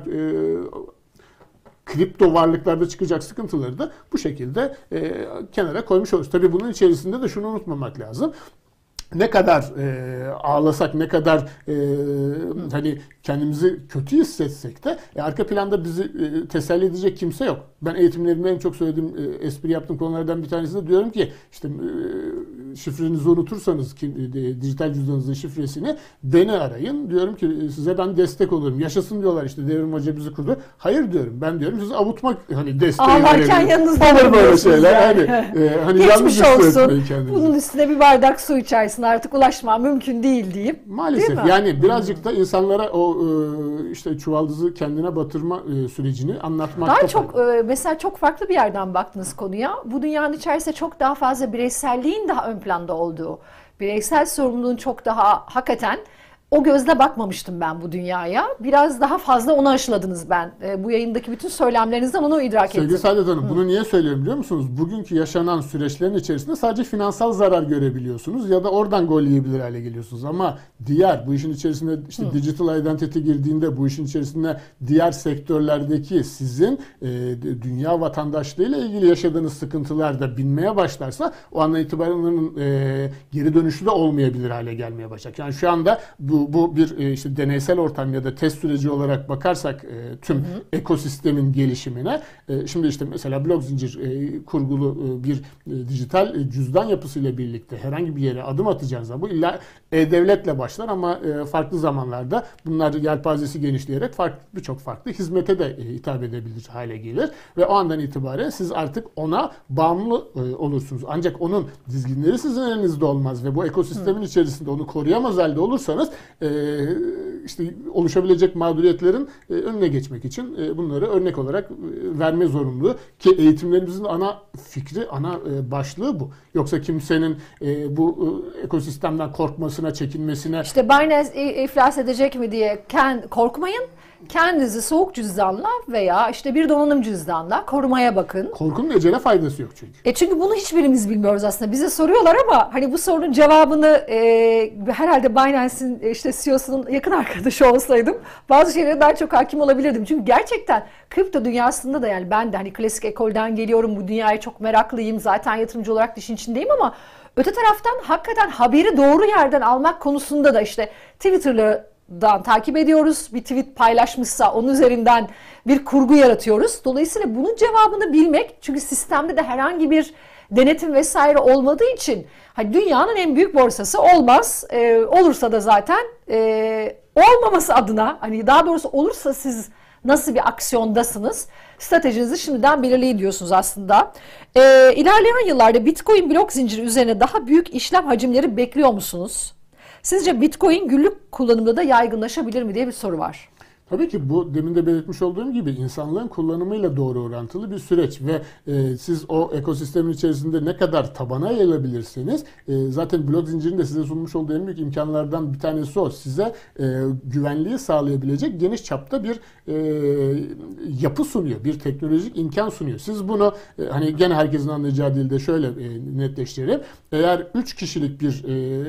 kripto varlıklarda çıkacak sıkıntıları da bu şekilde kenara koymuş oluyoruz. Tabii bunun içerisinde de şunu unutmamak lazım. Ne kadar e, ağlasak, ne kadar e, hani kendimizi kötü hissetsek de e, arka planda bizi e, teselli edecek kimse yok. Ben eğitimlerimde en çok söylediğim, e, espri yaptığım konulardan bir tanesi de diyorum ki işte e, şifrenizi unutursanız ki, e, dijital cüzdanınızın şifresini beni arayın. Diyorum ki size ben destek olurum. Yaşasın diyorlar işte Devrim Hoca bizi kurdu. Hayır diyorum. Ben diyorum sizi avutmak hani desteği ağlarken yanınızda olur böyle şeyler. Yani. Hani, e, hani geçmiş olsun. Bunun üstüne bir bardak su içersin. Artık ulaşmam mümkün değil diyeyim. Maalesef yani birazcık da insanlara o işte çuvaldızı kendine batırma sürecini anlatmakta. Daha çok mesela çok farklı bir yerden baktınız konuya. Bu dünyanın içerisinde çok daha fazla bireyselliğin daha ön planda olduğu, bireysel sorumluluğun çok daha hakikaten o gözle bakmamıştım ben bu dünyaya. Biraz daha fazla onu aşıladınız ben. E, bu yayındaki bütün söylemlerinizden onu idrak ettim. Sevgili Saadet Hanım, Hı. bunu niye söylüyorum biliyor musunuz? Bugünkü yaşanan süreçlerin içerisinde sadece finansal zarar görebiliyorsunuz ya da oradan gol yiyebilir hale geliyorsunuz. Ama diğer bu işin içerisinde işte Hı. digital identity girdiğinde bu işin içerisinde diğer sektörlerdeki sizin e, dünya vatandaşlığıyla ilgili yaşadığınız sıkıntılar da binmeye başlarsa o andan itibaren onun e, geri dönüşü de olmayabilir hale gelmeye başlayacak. Yani şu anda bu Bu bir işte deneysel ortam ya da test süreci olarak bakarsak tüm hı hı. ekosistemin gelişimine şimdi işte mesela blok zincir kurgulu bir dijital cüzdan yapısıyla birlikte herhangi bir yere adım atacağınız zaman bu illa e-devletle başlar ama farklı zamanlarda bunlar yelpazesi genişleyerek farklı birçok farklı hizmete de hitap edebilir hale gelir ve o andan itibaren siz artık ona bağımlı olursunuz. Ancak onun dizginleri sizin elinizde olmaz ve bu ekosistemin hı. içerisinde onu koruyamaz halde olursanız işte oluşabilecek mağduriyetlerin önüne geçmek için bunları örnek olarak verme zorunluluğu ki eğitimlerimizin ana fikri, ana başlığı bu. Yoksa kimsenin bu ekosistemden korkmasına, çekinmesine... İşte Binance iflas edecek mi diye korkmayın. Kendinizi soğuk cüzdanla veya işte bir donanım cüzdanla korumaya bakın. Korkunun ecele faydası yok çünkü. E çünkü bunu hiçbirimiz bilmiyoruz aslında. Bize soruyorlar ama hani bu sorunun cevabını e, herhalde Binance'in işte C E O'sunun yakın arkadaşı olsaydım bazı şeylere daha çok hakim olabilirdim. Çünkü gerçekten kripto dünyasında da yani ben de hani klasik ekolden geliyorum, bu dünyaya çok meraklıyım, zaten yatırımcı olarak işin içindeyim ama Öte taraftan hakikaten haberi doğru yerden almak konusunda da işte Twitter'dan takip ediyoruz. Bir tweet paylaşmışsa onun üzerinden bir kurgu yaratıyoruz. Dolayısıyla bunun cevabını bilmek, çünkü sistemde de herhangi bir denetim vesaire olmadığı için hani dünyanın en büyük borsası olmaz. Ee, olursa da zaten e, olmaması adına, hani daha doğrusu olursa siz nasıl bir aksiyondasınız? Stratejinizi şimdiden belirleyin diyorsunuz aslında. Ee, ilerleyen yıllarda Bitcoin blok zinciri üzerine daha büyük işlem hacimleri bekliyor musunuz? Sizce Bitcoin günlük kullanımda da yaygınlaşabilir mi diye bir soru var. Tabii ki bu demin de belirtmiş olduğum gibi insanlığın kullanımıyla doğru orantılı bir süreç ve e, siz o ekosistemin içerisinde ne kadar tabana yayılabilirseniz e, zaten blok zincirinin de size sunmuş olduğu en büyük imkanlardan bir tanesi o. Size e, güvenliği sağlayabilecek geniş çapta bir e, yapı sunuyor, bir teknolojik imkan sunuyor. Siz bunu e, hani gene herkesin anlayacağı dilde şöyle e, netleştirelim. Eğer üç kişilik bir e,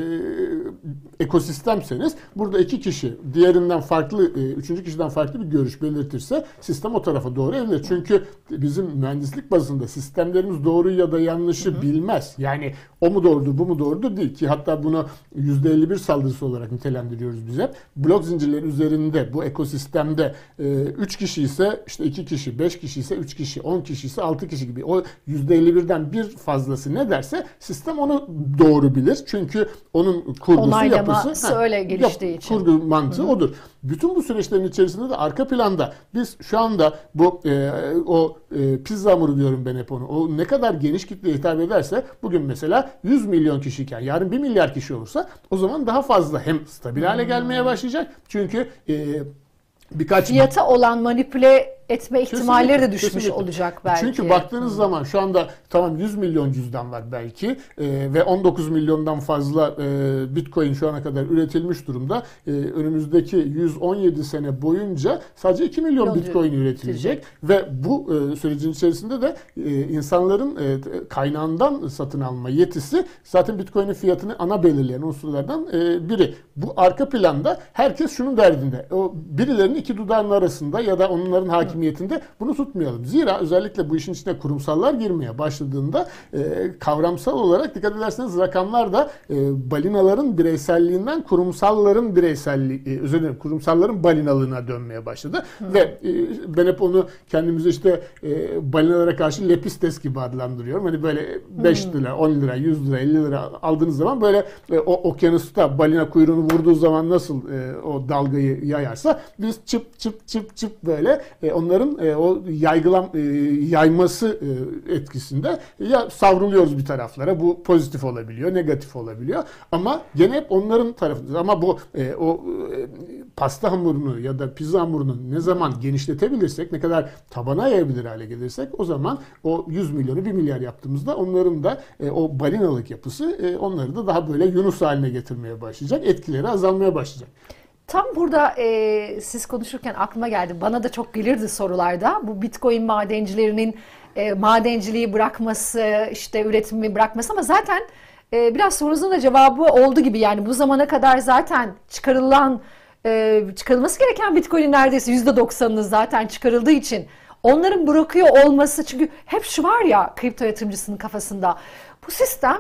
ekosistemseniz burada iki kişi diğerinden farklı, e, üçüncü kişiden farklı bir görüş belirtirse sistem o tarafa doğru evrilir. Çünkü bizim mühendislik bazında sistemlerimiz doğru ya da yanlışı hı hı. bilmez. Yani o mu doğrudur, bu mu doğrudur değil ki. Hatta bunu yüzde elli bir saldırısı olarak nitelendiriyoruz biz hep. Blok zincirleri üzerinde bu ekosistemde üç kişi ise işte iki kişi, beş kişi ise üç kişi, on kişi ise altı kişi gibi. O yüzde elli birden bir fazlası ne derse sistem onu doğru bilir. Çünkü onun kurgusu, Onaylaması yapısı öyle geliştiği yap, için. Kurgu mantığı hı hı. odur. Bütün bu süreçlerin içerisinde de arka planda biz şu anda bu e, o e, pizza hamuru diyorum ben hep onu. O ne kadar geniş kitleye hitap ederse bugün mesela yüz milyon kişiyken yarın bir milyar kişi olursa o zaman daha fazla hem stabil hale gelmeye başlayacak. Çünkü e, birkaç fiyata olan manipüle etme ihtimalleri kesinlikle, de düşmüş kesinlikle. olacak belki. Çünkü baktığınız hmm. zaman şu anda tamam yüz milyon cüzdan var belki e, ve on dokuz milyondan fazla e, Bitcoin şu ana kadar üretilmiş durumda. E, önümüzdeki yüz on yedi sene boyunca sadece iki milyon Yolcu, Bitcoin üretilecek ve bu e, sürecin içerisinde de e, insanların e, kaynağından satın alma yetisi zaten Bitcoin'in fiyatını ana belirleyen unsurlardan e, biri. Bu arka planda herkes şunun derdinde. O birilerinin iki dudağının arasında ya da onların hakim hakimiyetinde bunu tutmayalım. Zira özellikle bu işin içine kurumsallar girmeye başladığında e, kavramsal olarak dikkat ederseniz rakamlar da e, balinaların bireyselliğinden kurumsalların bireyselliği, e, özür dilerim kurumsalların balinalığına dönmeye başladı. Hı. Ve e, ben hep onu kendimize işte e, balinalara karşı lepistes gibi adlandırıyorum. Hani böyle beş lira, on lira, yüz lira, elli lira aldığınız zaman böyle e, o okyanusta balina kuyruğunu vurduğu zaman nasıl e, o dalgayı yayarsa biz çıp çıp çıp çıp böyle e, onların e, o yaygılan e, yayması e, etkisinde ya savruluyoruz bir taraflara. Bu pozitif olabiliyor, negatif olabiliyor. Ama gene hep onların tarafında. Ama bu e, o e, pasta hamurunu ya da pizza hamurunu ne zaman genişletebilirsek, ne kadar tabana yayabilir hale gelirsek o zaman o yüz milyonu bir milyar yaptığımızda onların da e, o balinalık yapısı e, onları da daha böyle Yunus haline getirmeye başlayacak. Etkileri azalmaya başlayacak. Tam burada e, siz konuşurken aklıma geldi. Bana da çok gelirdi sorularda. Bu Bitcoin madencilerinin e, madenciliği bırakması, işte üretimi bırakması ama zaten e, biraz sorunuzun da cevabı oldu gibi. Yani bu zamana kadar zaten çıkarılan, e, çıkarılması gereken Bitcoin'in neredeyse yüzde doksanını zaten çıkarıldığı için onların bırakıyor olması, çünkü hep şu var ya kripto yatırımcısının kafasında, bu sistem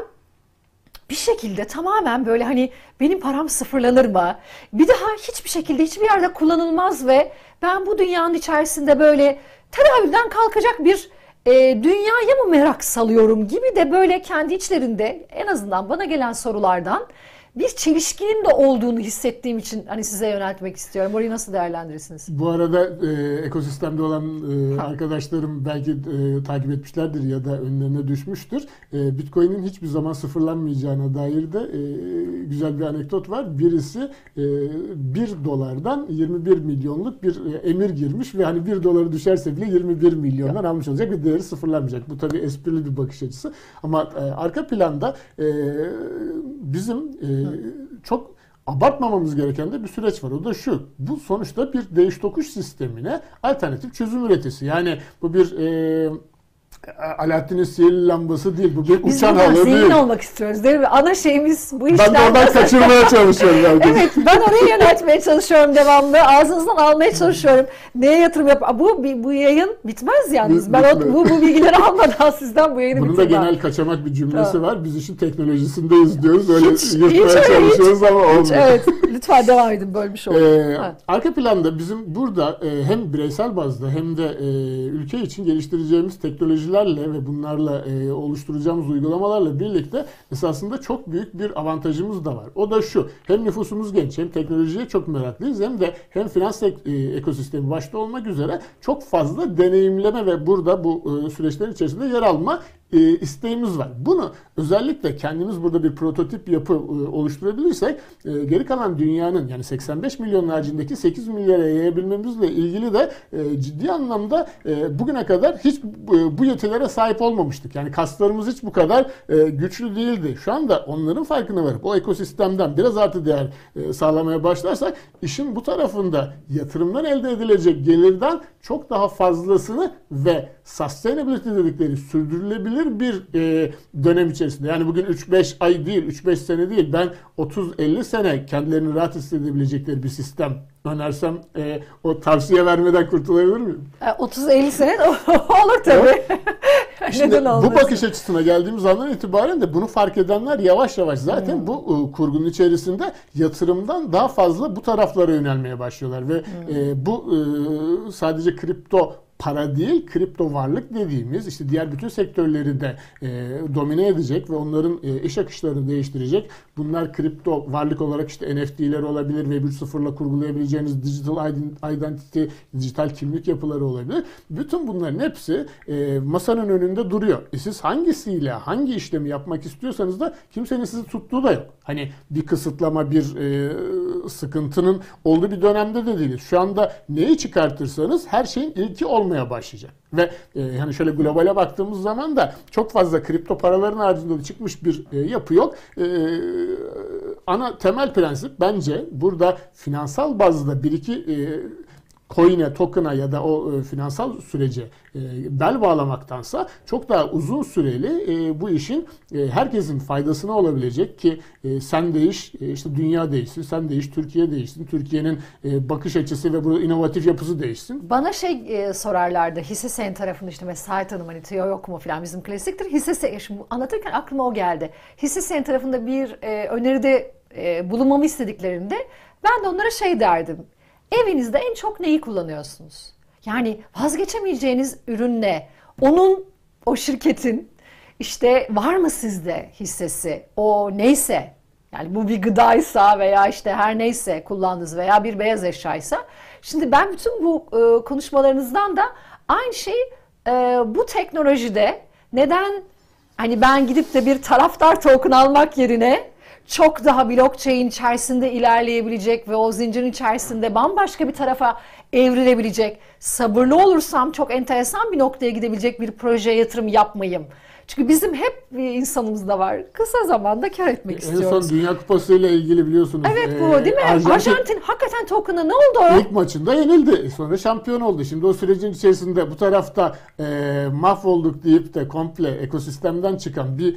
bir şekilde tamamen böyle hani benim param sıfırlanır mı? Bir daha hiçbir şekilde hiçbir yerde kullanılmaz ve ben bu dünyanın içerisinde böyle tedavülden kalkacak bir e, dünyaya mı merak salıyorum gibi de böyle kendi içlerinde en azından bana gelen sorulardan bir çelişkinin de olduğunu hissettiğim için hani size yöneltmek istiyorum. Orayı nasıl değerlendirirsiniz? Bu arada e, ekosistemde olan e, arkadaşlarım belki e, takip etmişlerdir ya da önlerine düşmüştür. E, Bitcoin'in hiçbir zaman sıfırlanmayacağına dair de e, güzel bir anekdot var. Birisi e, bir dolardan yirmi bir milyonluk bir e, emir girmiş ve hani bir doları düşerse bile yirmi bir milyondan almış olacak ve değeri sıfırlanmayacak. Bu tabii esprili bir bakış açısı. Ama e, arka planda e, bizim e, çok abartmamamız gereken de bir süreç var. O da şu. Bu sonuçta bir değiş tokuş sistemine alternatif çözüm üretisi. Yani bu bir e, Alaaddin'in sihirli lambası değil. Bu bir Biz uçan buradan halı zengin değil. olmak istiyoruz değil mi? Ana şeyimiz bu Ben işten. de oradan kaçırmaya çalışıyorum. Evet, ben oraya yöneltmeye çalışıyorum devamlı. Ağzınızdan almaya çalışıyorum. Neye yatırım yap? Bu bu yayın bitmez yalnız. Ben o, bu, bu bilgileri almadan sizden bu yayını Bunun da bitirmem. genel kaçamak bir cümlesi Tamam. var. Biz işin teknolojisindeyiz diyoruz. Öyle Hiç- yırtmaya hiç öyle, çalışıyoruz hiç- ama olmuyor. Hiç, evet, lütfen devam edin. Bölmüş oldum. Ee, Ha. arka planda bizim burada e, hem bireysel bazda hem de e, ülke için geliştireceğimiz teknolojilerle ve bunlarla e, oluşturacağımız uygulamalarla birlikte esasında çok büyük bir avantajımız da var. O da şu: hem nüfusumuz genç, hem teknolojiye çok meraklıyız, hem de hem finans ek- e, ekosistemi başta olmak üzere çok fazla deneyimleme ve burada bu e, süreçlerin içerisinde yer alma e, isteğimiz var. Bunu özellikle kendimiz burada bir prototip yapı e, oluşturabilirsek e, geri kalan dünyanın, yani seksen beş milyon haricindeki sekiz milyara yayabilmemizle ilgili de e, ciddi anlamda e, bugüne kadar hiç e, bu yetilere sahip olmamıştık. Yani kaslarımız hiç bu kadar e, güçlü değildi. Şu anda onların farkına varıp o ekosistemden biraz artı değer e, sağlamaya başlarsak işin bu tarafında yatırımdan elde edilecek gelirden çok daha fazlasını ve sustainability dedikleri sürdürülebilir bir e, dönem içerisinde, yani bugün üç beş ay değil, üç beş sene değil, ben otuz elli sene kendilerini rahat hissedebilecekleri bir sistem önersem e, o tavsiye vermeden kurtulabilir miyim? otuz elli sene olur tabii. Şimdi Neden bu olmasın? bakış açısına geldiğimiz andan itibaren de bunu fark edenler yavaş yavaş zaten hmm. bu e, kurgunun içerisinde yatırımdan daha fazla bu taraflara yönelmeye başlıyorlar ve hmm. e, bu e, sadece kripto para değil, kripto varlık dediğimiz işte diğer bütün sektörleri de e, domine edecek ve onların e, iş akışlarını değiştirecek. Bunlar kripto varlık olarak işte N F T'ler olabilir, Web üç nokta sıfırla kurgulayabileceğiniz digital identity, dijital kimlik yapıları olabilir. Bütün bunların hepsi e, masanın önünde duruyor. E siz hangisiyle hangi işlemi yapmak istiyorsanız da kimsenin sizi tuttuğu da yok. Hani bir kısıtlama, bir e, sıkıntının olduğu bir dönemde de değiliz. Şu anda neyi çıkartırsanız her şeyin ilki olmaya başlayacak. Ve e, hani şöyle globale baktığımız zaman da çok fazla kripto paraların haricinde de çıkmış bir e, yapı yok. E, ana temel prensip bence burada finansal bazda bir iki e, coin'e, token'a ya da o e, finansal sürece e, bel bağlamaktansa çok daha uzun süreli e, bu işin e, herkesin faydasına olabilecek ki e, sen değiş, e, işte dünya değişsin, sen değiş, Türkiye değişsin, Türkiye'nin e, bakış açısı ve bu inovatif yapısı değişsin. Bana şey e, sorarlardı, hisse senedi tarafında işte mesela Sait Hanım hani tüyo yok mu falan, bizim klasiktir. Hisse senedi, şimdi anlatırken aklıma o geldi. Hisse senedi tarafında bir e, öneride e, bulunmamı istediklerinde ben de onlara şey derdim. Evinizde en çok neyi kullanıyorsunuz? Yani vazgeçemeyeceğiniz ürün ne? Onun, o şirketin işte var mı sizde hissesi? O neyse, yani bu bir gıdaysa veya işte her neyse kullandığınız veya bir beyaz eşyaysa. Şimdi ben bütün bu e, konuşmalarınızdan da aynı şey e, bu teknolojide neden hani ben gidip de bir taraftar token almak yerine çok daha blockchain içerisinde ilerleyebilecek ve o zincirin içerisinde bambaşka bir tarafa evrilebilecek, sabırlı olursam çok enteresan bir noktaya gidebilecek bir projeye yatırım yapmayayım. Çünkü bizim hep bir insanımızda var. Kısa zamanda kar etmek En istiyoruz. son Dünya Kupası ile ilgili biliyorsunuz. Evet bu e, değil mi? Arjantin, Arjantin hakikaten token'a ne oldu o? İlk maçında yenildi. Sonra şampiyon oldu. Şimdi o sürecin içerisinde bu tarafta e, mahvolduk deyip de komple ekosistemden çıkan bir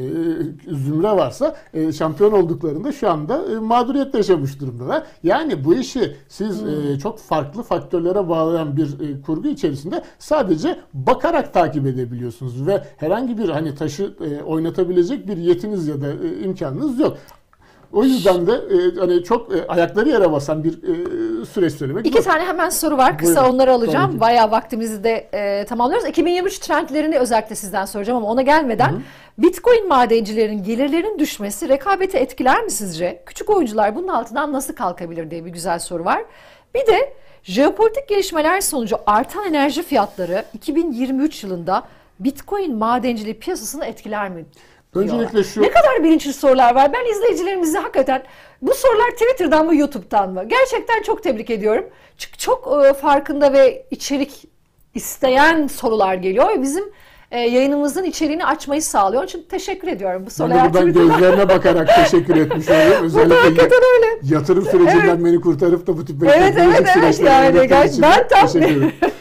e, zümre varsa e, şampiyon olduklarında şu anda e, mağduriyet yaşamış durumdalar. Yani bu işi siz hmm. e, çok farklı faktörlere bağlayan bir e, kurgu içerisinde sadece bakarak takip edebiliyorsunuz ve herhangi bir hani taşı e, oynatabilecek bir yetiniz ya da e, imkanınız yok. O yüzden de e, hani çok e, ayakları yere basan bir e, süreç söylemek. İki tane hemen soru var. Kısa Buyurun. onları alacağım. Tabii ki. Bayağı vaktimizi de e, tamamlıyoruz. iki bin yirmi üç trendlerini özellikle sizden soracağım ama ona gelmeden Hı. Bitcoin madencilerin gelirlerinin düşmesi rekabeti etkiler mi sizce? Küçük oyuncular bunun altından nasıl kalkabilir diye bir güzel soru var. Bir de jeopolitik gelişmeler sonucu artan enerji fiyatları iki bin yirmi üç yılında Bitcoin madenciliği piyasasını etkiler mi? Öncelikle şu... Ne kadar bilinçli sorular var. Ben izleyicilerimizi hakikaten bu sorular Twitter'dan mı YouTube'dan mı? Gerçekten çok tebrik ediyorum. Çünkü çok e, farkında ve içerik isteyen sorular geliyor ve bizim e, yayınımızın içeriğini açmayı sağlıyor. Onun için teşekkür ediyorum bu sorulara. Ben de buradan gözlerine bakarak teşekkür etmiş oluyorum. Özellikle hakikaten öyle. Yatırım sürecinden evet. beni kurtarıp da bu tip evet, evet, evet, süreçlere yani, getirdiğiniz için ben tam teşekkür ederim.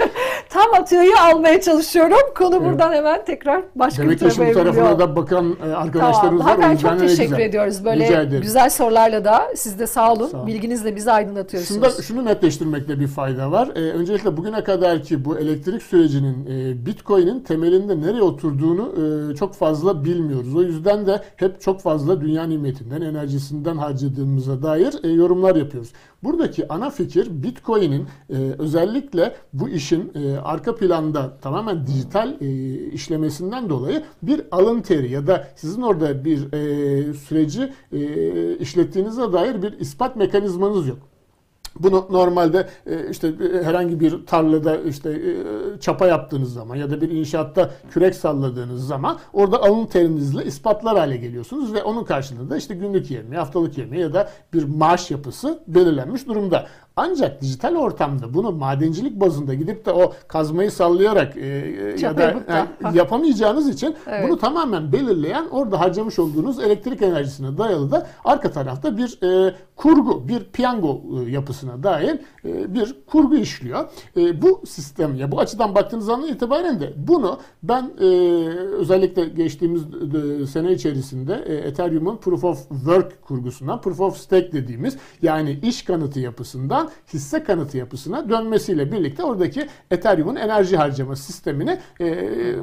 Tam atıyoryu almaya çalışıyorum. Konu Evet. buradan hemen tekrar başka Demek bir ki tarafa şimdi bu tarafına evriliyor. da bakan e, arkadaşlarımız Tamam. var. O Hakan yüzden çok ne teşekkür güzel. ediyoruz. Rica Böyle ederim. güzel sorularla da siz de sağ olun. Sağ olun. Bilginizle bizi aydınlatıyorsunuz. Şunda, şunu netleştirmekte bir fayda var. Ee, öncelikle bugüne kadar ki bu elektrik sürecinin e, Bitcoin'in temelinde nereye oturduğunu e, çok fazla bilmiyoruz. O yüzden de hep çok fazla dünya nimetinden, enerjisinden harcadığımıza dair e, yorumlar yapıyoruz. Buradaki ana fikir Bitcoin'in e, özellikle bu işin e, arka planda tamamen dijital e, işlemesinden dolayı bir alın teri ya da sizin orada bir e, süreci e, işlettiğinize dair bir ispat mekanizmanız yok. Bunu normalde e, işte e, herhangi bir tarlada işte e, çapa yaptığınız zaman ya da bir inşaatta kürek salladığınız zaman orada alın terinizle ispatlar hale geliyorsunuz ve onun karşılığında işte günlük yevmiye, haftalık yevmiye ya da bir maaş yapısı belirlenmiş durumda. Ancak dijital ortamda bunu madencilik bazında gidip de o kazmayı sallayarak e, ya Çapa da yapıp da. yani yapamayacağınız için Evet. bunu tamamen belirleyen orada harcamış olduğunuz elektrik enerjisine dayalı da arka tarafta bir e, kurgu, bir piyango e, yapısına dair e, bir kurgu işliyor. E, bu sistem ya bu açıdan baktığınız andan itibaren de bunu ben e, özellikle geçtiğimiz e, sene içerisinde e, Ethereum'un Proof of Work kurgusundan Proof of Stake dediğimiz yani iş kanıtı yapısından hisse kanıtı yapısına dönmesiyle birlikte oradaki Ethereum'un enerji harcama sistemini e,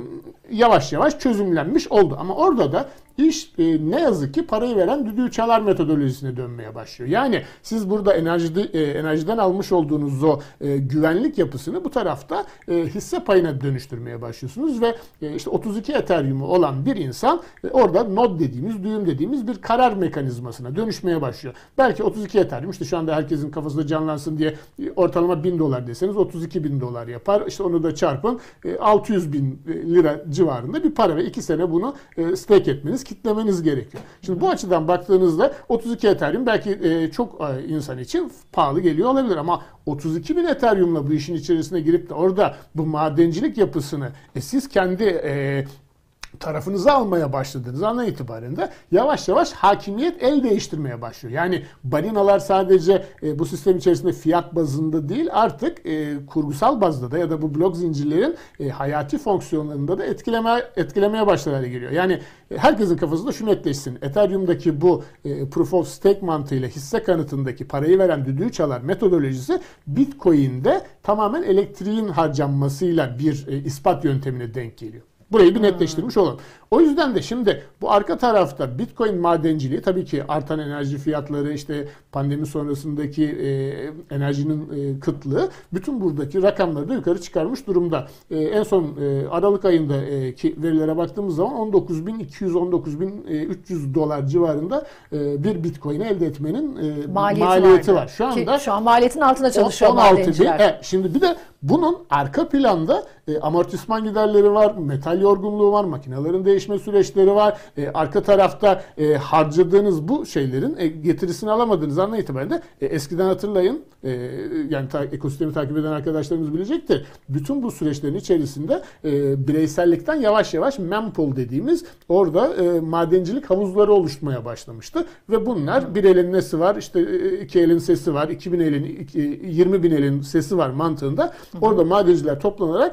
yavaş yavaş çözümlenmiş oldu. Ama orada da iş e, ne yazık ki parayı veren düdüğü çalar metodolojisine dönmeye başlıyor. Yani siz burada enerjide, e, enerjiden almış olduğunuz o e, güvenlik yapısını bu tarafta e, hisse payına dönüştürmeye başlıyorsunuz ve e, işte otuz iki Ethereum'u olan bir insan e, orada node dediğimiz, düğüm dediğimiz bir karar mekanizmasına dönüşmeye başlıyor. Belki otuz iki Ethereum işte şu anda herkesin kafasında canlansın diye e, ortalama bin dolar deseniz otuz iki bin dolar yapar. İşte onu da çarpın e, altı yüz bin lira civarında bir para ve iki sene bunu e, stake etmeniz, kitlemeniz gerekiyor. Şimdi bu açıdan baktığınızda otuz iki Ethereum belki e, çok e, insan için pahalı geliyor olabilir ama otuz iki bin Ethereum'la bu işin içerisine girip de orada bu madencilik yapısını e, siz kendi e, tarafınıza almaya başladığınız andan itibaren de yavaş yavaş hakimiyet el değiştirmeye başlıyor. Yani balinalar sadece e, bu sistem içerisinde fiyat bazında değil artık e, kurgusal bazda da ya da bu blok zincirlerin e, hayati fonksiyonlarında da etkileme, etkilemeye başlar hale geliyor. Yani e, herkesin kafasında şu netleşsin. Ethereum'daki bu e, Proof of Stake mantığıyla hisse kanıtındaki parayı veren düdüğü çalar metodolojisi Bitcoin'de tamamen elektriğin harcanmasıyla bir e, ispat yöntemine denk geliyor. Burayı bir netleştirmiş olalım. O yüzden de şimdi bu arka tarafta Bitcoin madenciliği tabii ki artan enerji fiyatları işte pandemi sonrasındaki e, enerjinin e, kıtlığı bütün buradaki rakamları da yukarı çıkarmış durumda. E, en son e, Aralık ayındaki verilere baktığımız zaman on dokuz bin iki yüz on dokuz bin üç yüz dolar civarında e, bir Bitcoin'i elde etmenin e, maliyeti, maliyeti var. vardı. Şu anda Ki şu an maliyetin altında çalışıyor on altı bin. madenciler. E, şimdi bir de bunun arka planda e, amortisman giderleri var, metal yorgunluğu var, makinelerin değişme süreçleri var. E, arka tarafta e, harcadığınız bu şeylerin e, getirisini alamadığınız andan itibaren de e, eskiden hatırlayın e, yani ta, ekosistemi takip eden arkadaşlarımız bilecektir. Bütün bu süreçlerin içerisinde e, bireysellikten yavaş yavaş mempool dediğimiz orada e, madencilik havuzları oluşmaya başlamıştı ve bunlar bir elin nesi var işte e, iki elin sesi var, iki bin elin iki, yirmi bin elin sesi var mantığında orada madenciler toplanarak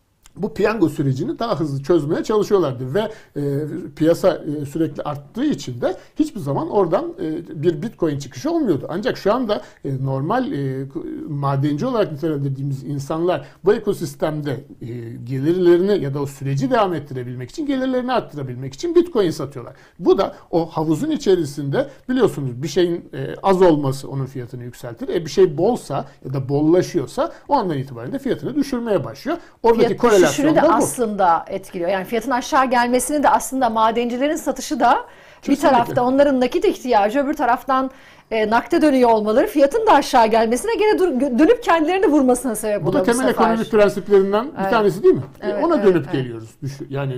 bu piyango sürecini daha hızlı çözmeye çalışıyorlardı ve e, piyasa e, sürekli arttığı için de hiçbir zaman oradan e, bir Bitcoin çıkışı olmuyordu. Ancak şu anda e, normal e, madenci olarak nitelendirdiğimiz insanlar bu ekosistemde e, gelirlerini ya da o süreci devam ettirebilmek için gelirlerini arttırabilmek için Bitcoin satıyorlar. Bu da o havuzun içerisinde biliyorsunuz bir şeyin e, az olması onun fiyatını yükseltir. E, bir şey bolsa ya da bollaşıyorsa o andan itibaren de fiyatını düşürmeye başlıyor. Oradaki Fiyat düşüşünü de bu. aslında etkiliyor. Yani fiyatın aşağı gelmesini de aslında madencilerin satışı da Kesinlikle. bir tarafta onların nakit ihtiyacı öbür taraftan e, nakde dönüyor olmaları fiyatın da aşağı gelmesine gene dur, dönüp kendilerini vurmasına sebep Bu oluyor da temel bu sefer. ekonomik prensiplerinden bir Evet. tanesi değil mi? Evet, Ona evet, dönüp evet. geliyoruz. Yani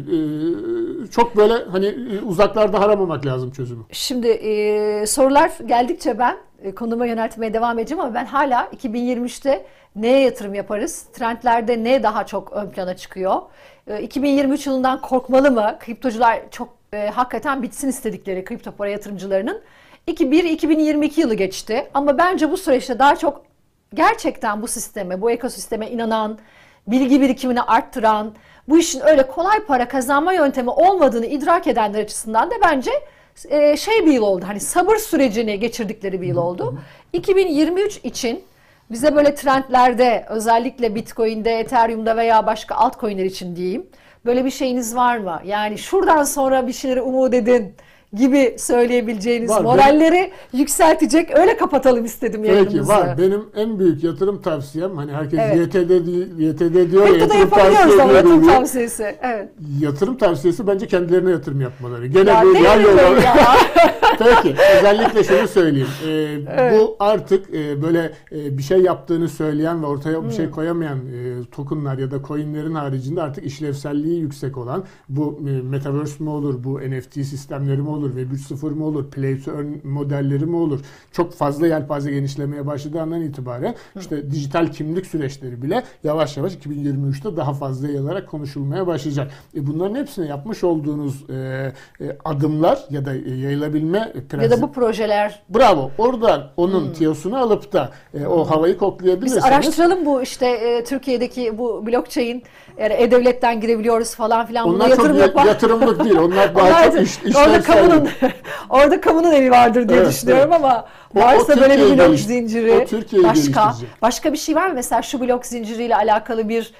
e, çok böyle hani e, uzaklarda aramamak lazım çözümü. Şimdi e, sorular geldikçe ben e, konuma yöneltmeye devam edeceğim ama ben hala iki bin yirmi üçte neye yatırım yaparız? Trendlerde ne daha çok ön plana çıkıyor? E, iki bin yirmi üç yılından korkmalı mı? Kriptocular çok e, hakikaten bitsin istedikleri kripto para yatırımcılarının. iki bin bir iki bin yirmi iki yılı geçti ama bence bu süreçte daha çok gerçekten bu sisteme, bu ekosisteme inanan, bilgi birikimini arttıran, bu işin öyle kolay para kazanma yöntemi olmadığını idrak edenler açısından da bence e, şey bir yıl oldu. Hani sabır sürecini geçirdikleri bir yıl oldu. iki bin yirmi üç için bize böyle trendlerde, özellikle Bitcoin'de, Ethereum'da veya başka altcoin'ler için diyeyim, böyle bir şeyiniz var mı? Yani şuradan sonra bir şeyleri umut edin gibi söyleyebileceğiniz, var, moralleri benim, yükseltecek, öyle kapatalım istedim yayınımızı. Peki var. Benim en büyük yatırım tavsiyem, hani herkes evet. Y T D, Y T D diyor ya, yatırım, yatırım tavsiyesi. Evet. Yatırım tavsiyesi bence kendilerine yatırım yapmaları. Gene ya bir yan yollar. Peki, özellikle şunu söyleyeyim. Ee, evet. Bu artık e, böyle e, bir şey yaptığını söyleyen ve ortaya hmm. bir şey koyamayan e, tokenlar ya da coinlerin haricinde artık işlevselliği yüksek olan, bu e, Metaverse mi olur, bu N F T sistemleri mi olur, Web üç nokta sıfır mı olur, Play to Earn modelleri mi olur? Çok fazla yelpaze genişlemeye başladığı andan itibaren işte dijital kimlik süreçleri bile yavaş yavaş iki bin yirmi üçte daha fazla yayılarak konuşulmaya başlayacak. E bunların hepsini yapmış olduğunuz e, e, adımlar ya da e, yayılabilme prensip. Ya da bu projeler. Bravo. Oradan onun hmm. tiyosunu alıp da e, o havayı koklayabilirsiniz. Biz araştıralım bu işte e, Türkiye'deki bu blockchain, yani E-Devlet'ten girebiliyoruz falan filan. Onlar çok yatırım yapan... yatırımlık değil. Onlar daha Onlar çok iş, orada kamunun orada kamunun evi vardır diye evet, düşünüyorum evet. ama varsa o, o böyle bir blok zinciri, başka başka bir şey var mı? Mesela şu blok zinciriyle alakalı bir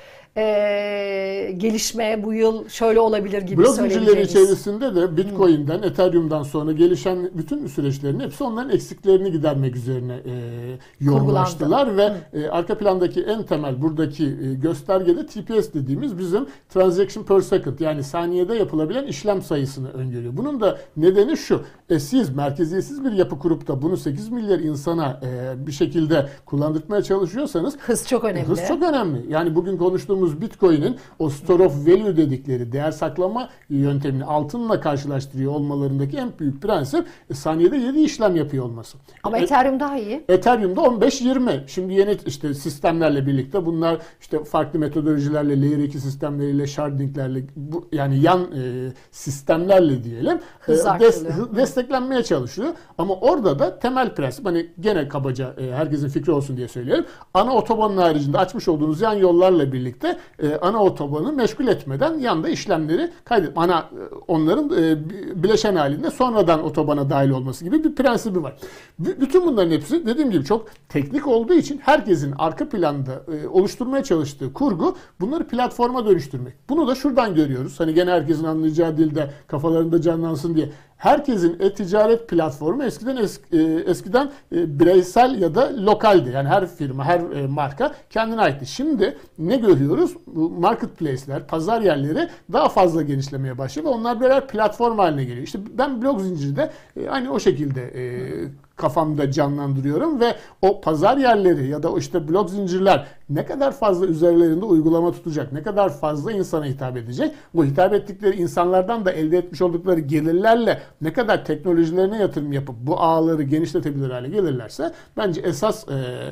e, gelişme bu yıl şöyle olabilir gibi blok söyleyebileceğiniz. Blok zincirleri içerisinde de Bitcoin'den, hmm. Ethereum'dan sonra gelişen bütün süreçlerin hepsi onların eksiklerini gidermek üzerine e, yoğunlaştılar ve hmm. e, arka plandaki en temel buradaki e, göstergede T P S dediğimiz bizim transaction per second, yani saniyede yapılabilen işlem sayısını öngörüyor. Bunun da nedeni şu: e, siz merkeziyetsiz bir yapı kurup da bunu sekiz milyar insana e, bir şekilde kullandırmaya çalışıyorsanız hız çok önemli. Hız çok önemli. Yani bugün konuştuğumuz Bitcoin'in o store of value dedikleri değer saklama yöntemini altınla karşılaştırıyor olmalarındaki en büyük prensip e, saniyede yedi işlem yapıyor olması. Ama e, Ethereum daha iyi. Ethereum'da on beş yirmi. Şimdi yeni işte sistemlerle birlikte bunlar işte farklı metodolojilerle, layer iki sistemleriyle, shardinglerle, bu, yani yan e, sistemlerle diyelim e, des, desteklenmeye çalışıyor. Ama orada da temel prensip, hani gene kabaca e, herkesin fikri olsun diye söyleyelim. Ana otobanın haricinde açmış olduğunuz yan yollarla birlikte e, ana otobanı meşgul etmeden yanda işlemleri kaydet. Ana e, onların e, bileşen halinde sonradan otobana dahil olması gibi bir prensibi var. B- bütün bunların hepsi dediğim gibi çok teknik olduğu için herkesin arka planda e, oluşturmaya çalıştığı kurgu bunları platforma dönüştürmek. Bunu da şuradan görüyoruz. Hani gene herkesin anlayacağı dilde kafalarında canlansın diye. Herkesin e-ticaret platformu eskiden eski, e, eskiden e, bireysel ya da lokaldi. Yani her firma, her e, marka kendine aitti. Şimdi ne görüyoruz? Bu marketplace'ler, pazar yerleri daha fazla genişlemeye başlıyor ve onlar birer platform haline geliyor. İşte ben blok zinciri de e, aynı o şekilde e, kafamda canlandırıyorum ve o pazar yerleri ya da o işte blok zincirler ne kadar fazla üzerlerinde uygulama tutacak, ne kadar fazla insana hitap edecek, bu hitap ettikleri insanlardan da elde etmiş oldukları gelirlerle ne kadar teknolojilerine yatırım yapıp bu ağları genişletebilir hale gelirlerse bence esas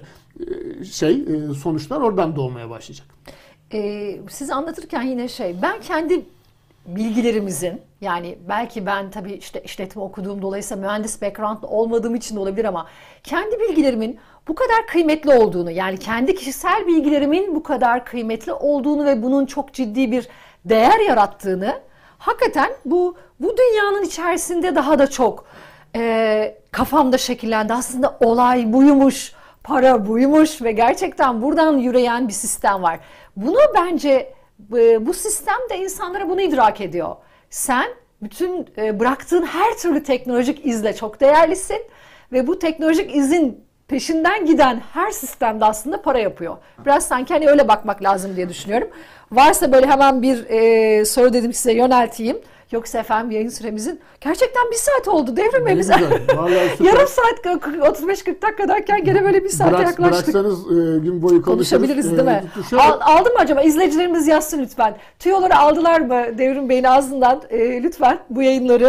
e, şey e, sonuçlar oradan doğmaya başlayacak. Ee, siz anlatırken yine şey, ben kendi bilgilerimizin, yani belki ben tabii işte işletme okuduğum dolayısıyla mühendis background olmadığım için de olabilir ama kendi bilgilerimin bu kadar kıymetli olduğunu, yani kendi kişisel bilgilerimin bu kadar kıymetli olduğunu ve bunun çok ciddi bir değer yarattığını hakikaten bu bu dünyanın içerisinde daha da çok e, kafamda şekillendi. Aslında olay buymuş, para buymuş ve gerçekten buradan yürüyen bir sistem var. Bunu bence bu sistem de insanlara bunu idrak ediyor. Sen bütün bıraktığın her türlü teknolojik izle çok değerlisin ve bu teknolojik izin peşinden giden her sistemde aslında para yapıyor. Biraz sanki hani öyle bakmak lazım diye düşünüyorum. Varsa böyle hemen bir e, soru dedim size yönelteyim. Yoksa efendim yayın süremizin gerçekten bir saat oldu Devrim Bey. Biz yarım saat otuz beş kırk dakikadayken gene böyle bir saate Bırak, yaklaştık. Bıraksanız e, gün boyu konuşabiliriz değil mi? E, şöyle... Aldı mı acaba? İzleyicilerimiz yazsın lütfen. Tüyoları aldılar mı Devrim Bey'in ağzından? E, lütfen bu yayınları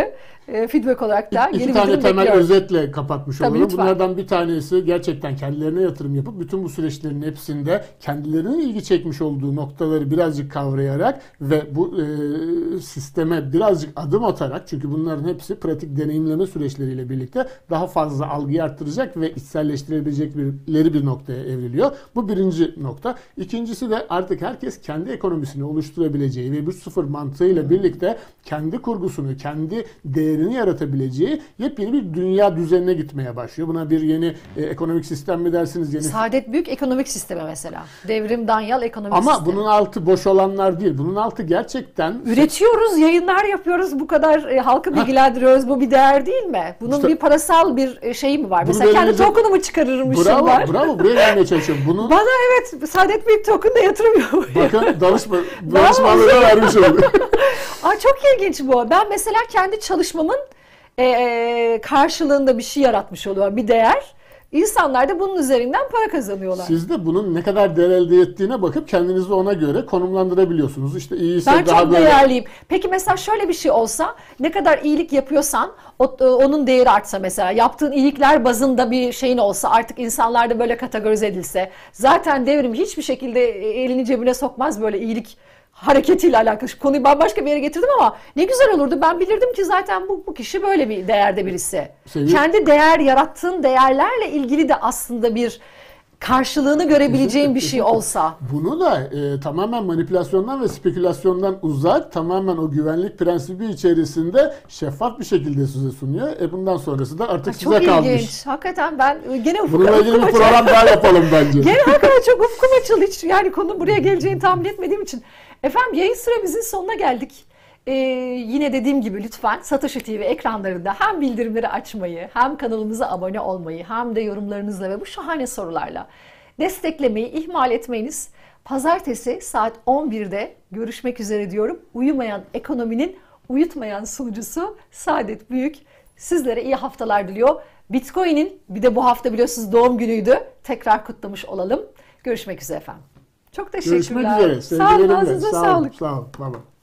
e, feedback olarak da İki geri tane bildirim temel bekliyoruz. özetle kapatmış Tabii, olalım. lütfen. Bunlardan bir tanesi gerçekten kendilerine yatırım yapıp bütün bu süreçlerin hepsinde kendilerinin ilgi çekmiş olduğu noktaları birazcık kavrayarak ve bu e, sisteme birazcık adım atarak, çünkü bunların hepsi pratik deneyimleme süreçleriyle birlikte daha fazla algıyı arttıracak ve içselleştirebilecekleri bir noktaya evriliyor. Bu birinci nokta. İkincisi de artık herkes kendi ekonomisini oluşturabileceği ve bir sıfır mantığıyla birlikte kendi kurgusunu, kendi değerini yaratabileceği yepyeni bir dünya düzenine gitmeye başlıyor. Buna bir yeni e, ekonomik sistem mi dersiniz? Yeni... Saadet Büyük ekonomik sistemi mesela. Devrim Danyal ekonomik Ama sistemi. bunun altı boş olanlar değil. Bunun altı gerçekten... Üretiyoruz, yayınlar yapıyoruz, bu kadar e, halkı bilgilendiriyoruz. Bu bir değer değil mi? Bunun İşte- bir parasal bir e, şeyi mi var? Bunu Mesela kendi belirleyecek- tokenumu çıkarırmışım Bravo, var. bravo. Buraya gelmeye çalışıyorum. Bunu Bana evet Saadet Büyük token'da yatırım yapıyor. bakın danışma, danışmanlığına vermiş oldu. Aa, çok ilginç bu. Ben mesela kendi çalışmamın e, e, karşılığında bir şey yaratmış oluyorum. Bir değer. İnsanlar da bunun üzerinden para kazanıyorlar. Siz de bunun ne kadar değer elde ettiğine bakıp kendinizi ona göre konumlandırabiliyorsunuz. İşte iyiyse Ben daha çok böyle... değerliyim. Peki mesela şöyle bir şey olsa, ne kadar iyilik yapıyorsan o, onun değeri artsa, mesela yaptığın iyilikler bazında bir şeyin olsa, artık insanlar da böyle kategorize edilse, zaten devrim hiçbir şekilde elini cebine sokmaz böyle iyilik hareketiyle alakalı. Şu konuyu bambaşka bir yere getirdim ama ne güzel olurdu. Ben bilirdim ki zaten bu, bu kişi böyle bir değerde birisi. Seviye- Kendi değer yarattığın değerlerle ilgili de aslında bir karşılığını görebileceğin bir şey olsa. Bunu da e, tamamen manipülasyondan ve spekülasyondan uzak, tamamen o güvenlik prensibi içerisinde şeffaf bir şekilde size sunuyor. E bundan sonrası da artık Çok size kalmış. ilginç. Hakikaten ben gene ufuk, Bununla ilgili ufkum bir açıldı. program daha yapalım bence. Gene hakikaten çok ufkum açıldı. Hiç yani konu buraya geleceğini tahmin etmediğim için. Efendim yayın süremizin sonuna geldik. Ee, yine dediğim gibi lütfen Satoshi T V ekranlarında hem bildirimleri açmayı, hem kanalımıza abone olmayı, hem de yorumlarınızla ve bu şahane sorularla desteklemeyi ihmal etmeyiniz. Pazartesi saat on birde görüşmek üzere diyorum. Uyumayan ekonominin uyutmayan sunucusu Saadet Büyük sizlere iyi haftalar diliyor. Bitcoin'in bir de bu hafta biliyorsunuz doğum günüydü. Tekrar kutlamış olalım. Görüşmek üzere efendim. Çok teşekkürler. Görüşmek üzere. Sağ olun, Sevgilerimle. ağzınıza Sağ olun. sağlık. Sağ olun. Bye bye.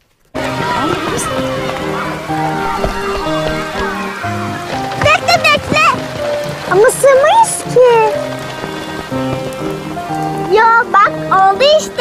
Bekle bekle. Ama sığmayız ki. Ya bak oldu işte.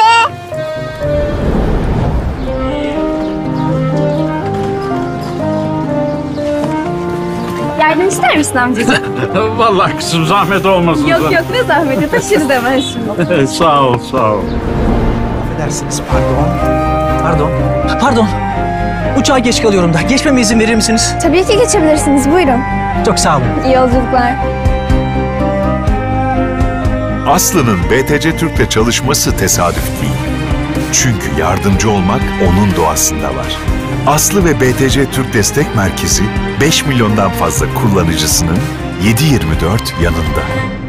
Yardım ister misin amcacığım? Vallahi kızım zahmet olmasın. Yok yok ne zahmeti taşırız hemen şimdi. Sağ ol, sağ ol. Affedersiniz, pardon. Pardon. Pardon. Uçağa geç kalıyorum da. Geçmeme izin verir misiniz? Tabii ki geçebilirsiniz buyurun. Çok sağ olun. İyi yolculuklar. Aslı'nın B T C Türk'le çalışması tesadüf değil. Çünkü yardımcı olmak onun doğasında var. Aslı ve B T C Türk Destek Merkezi beş milyondan fazla kullanıcısının yedi yirmi dört yanında.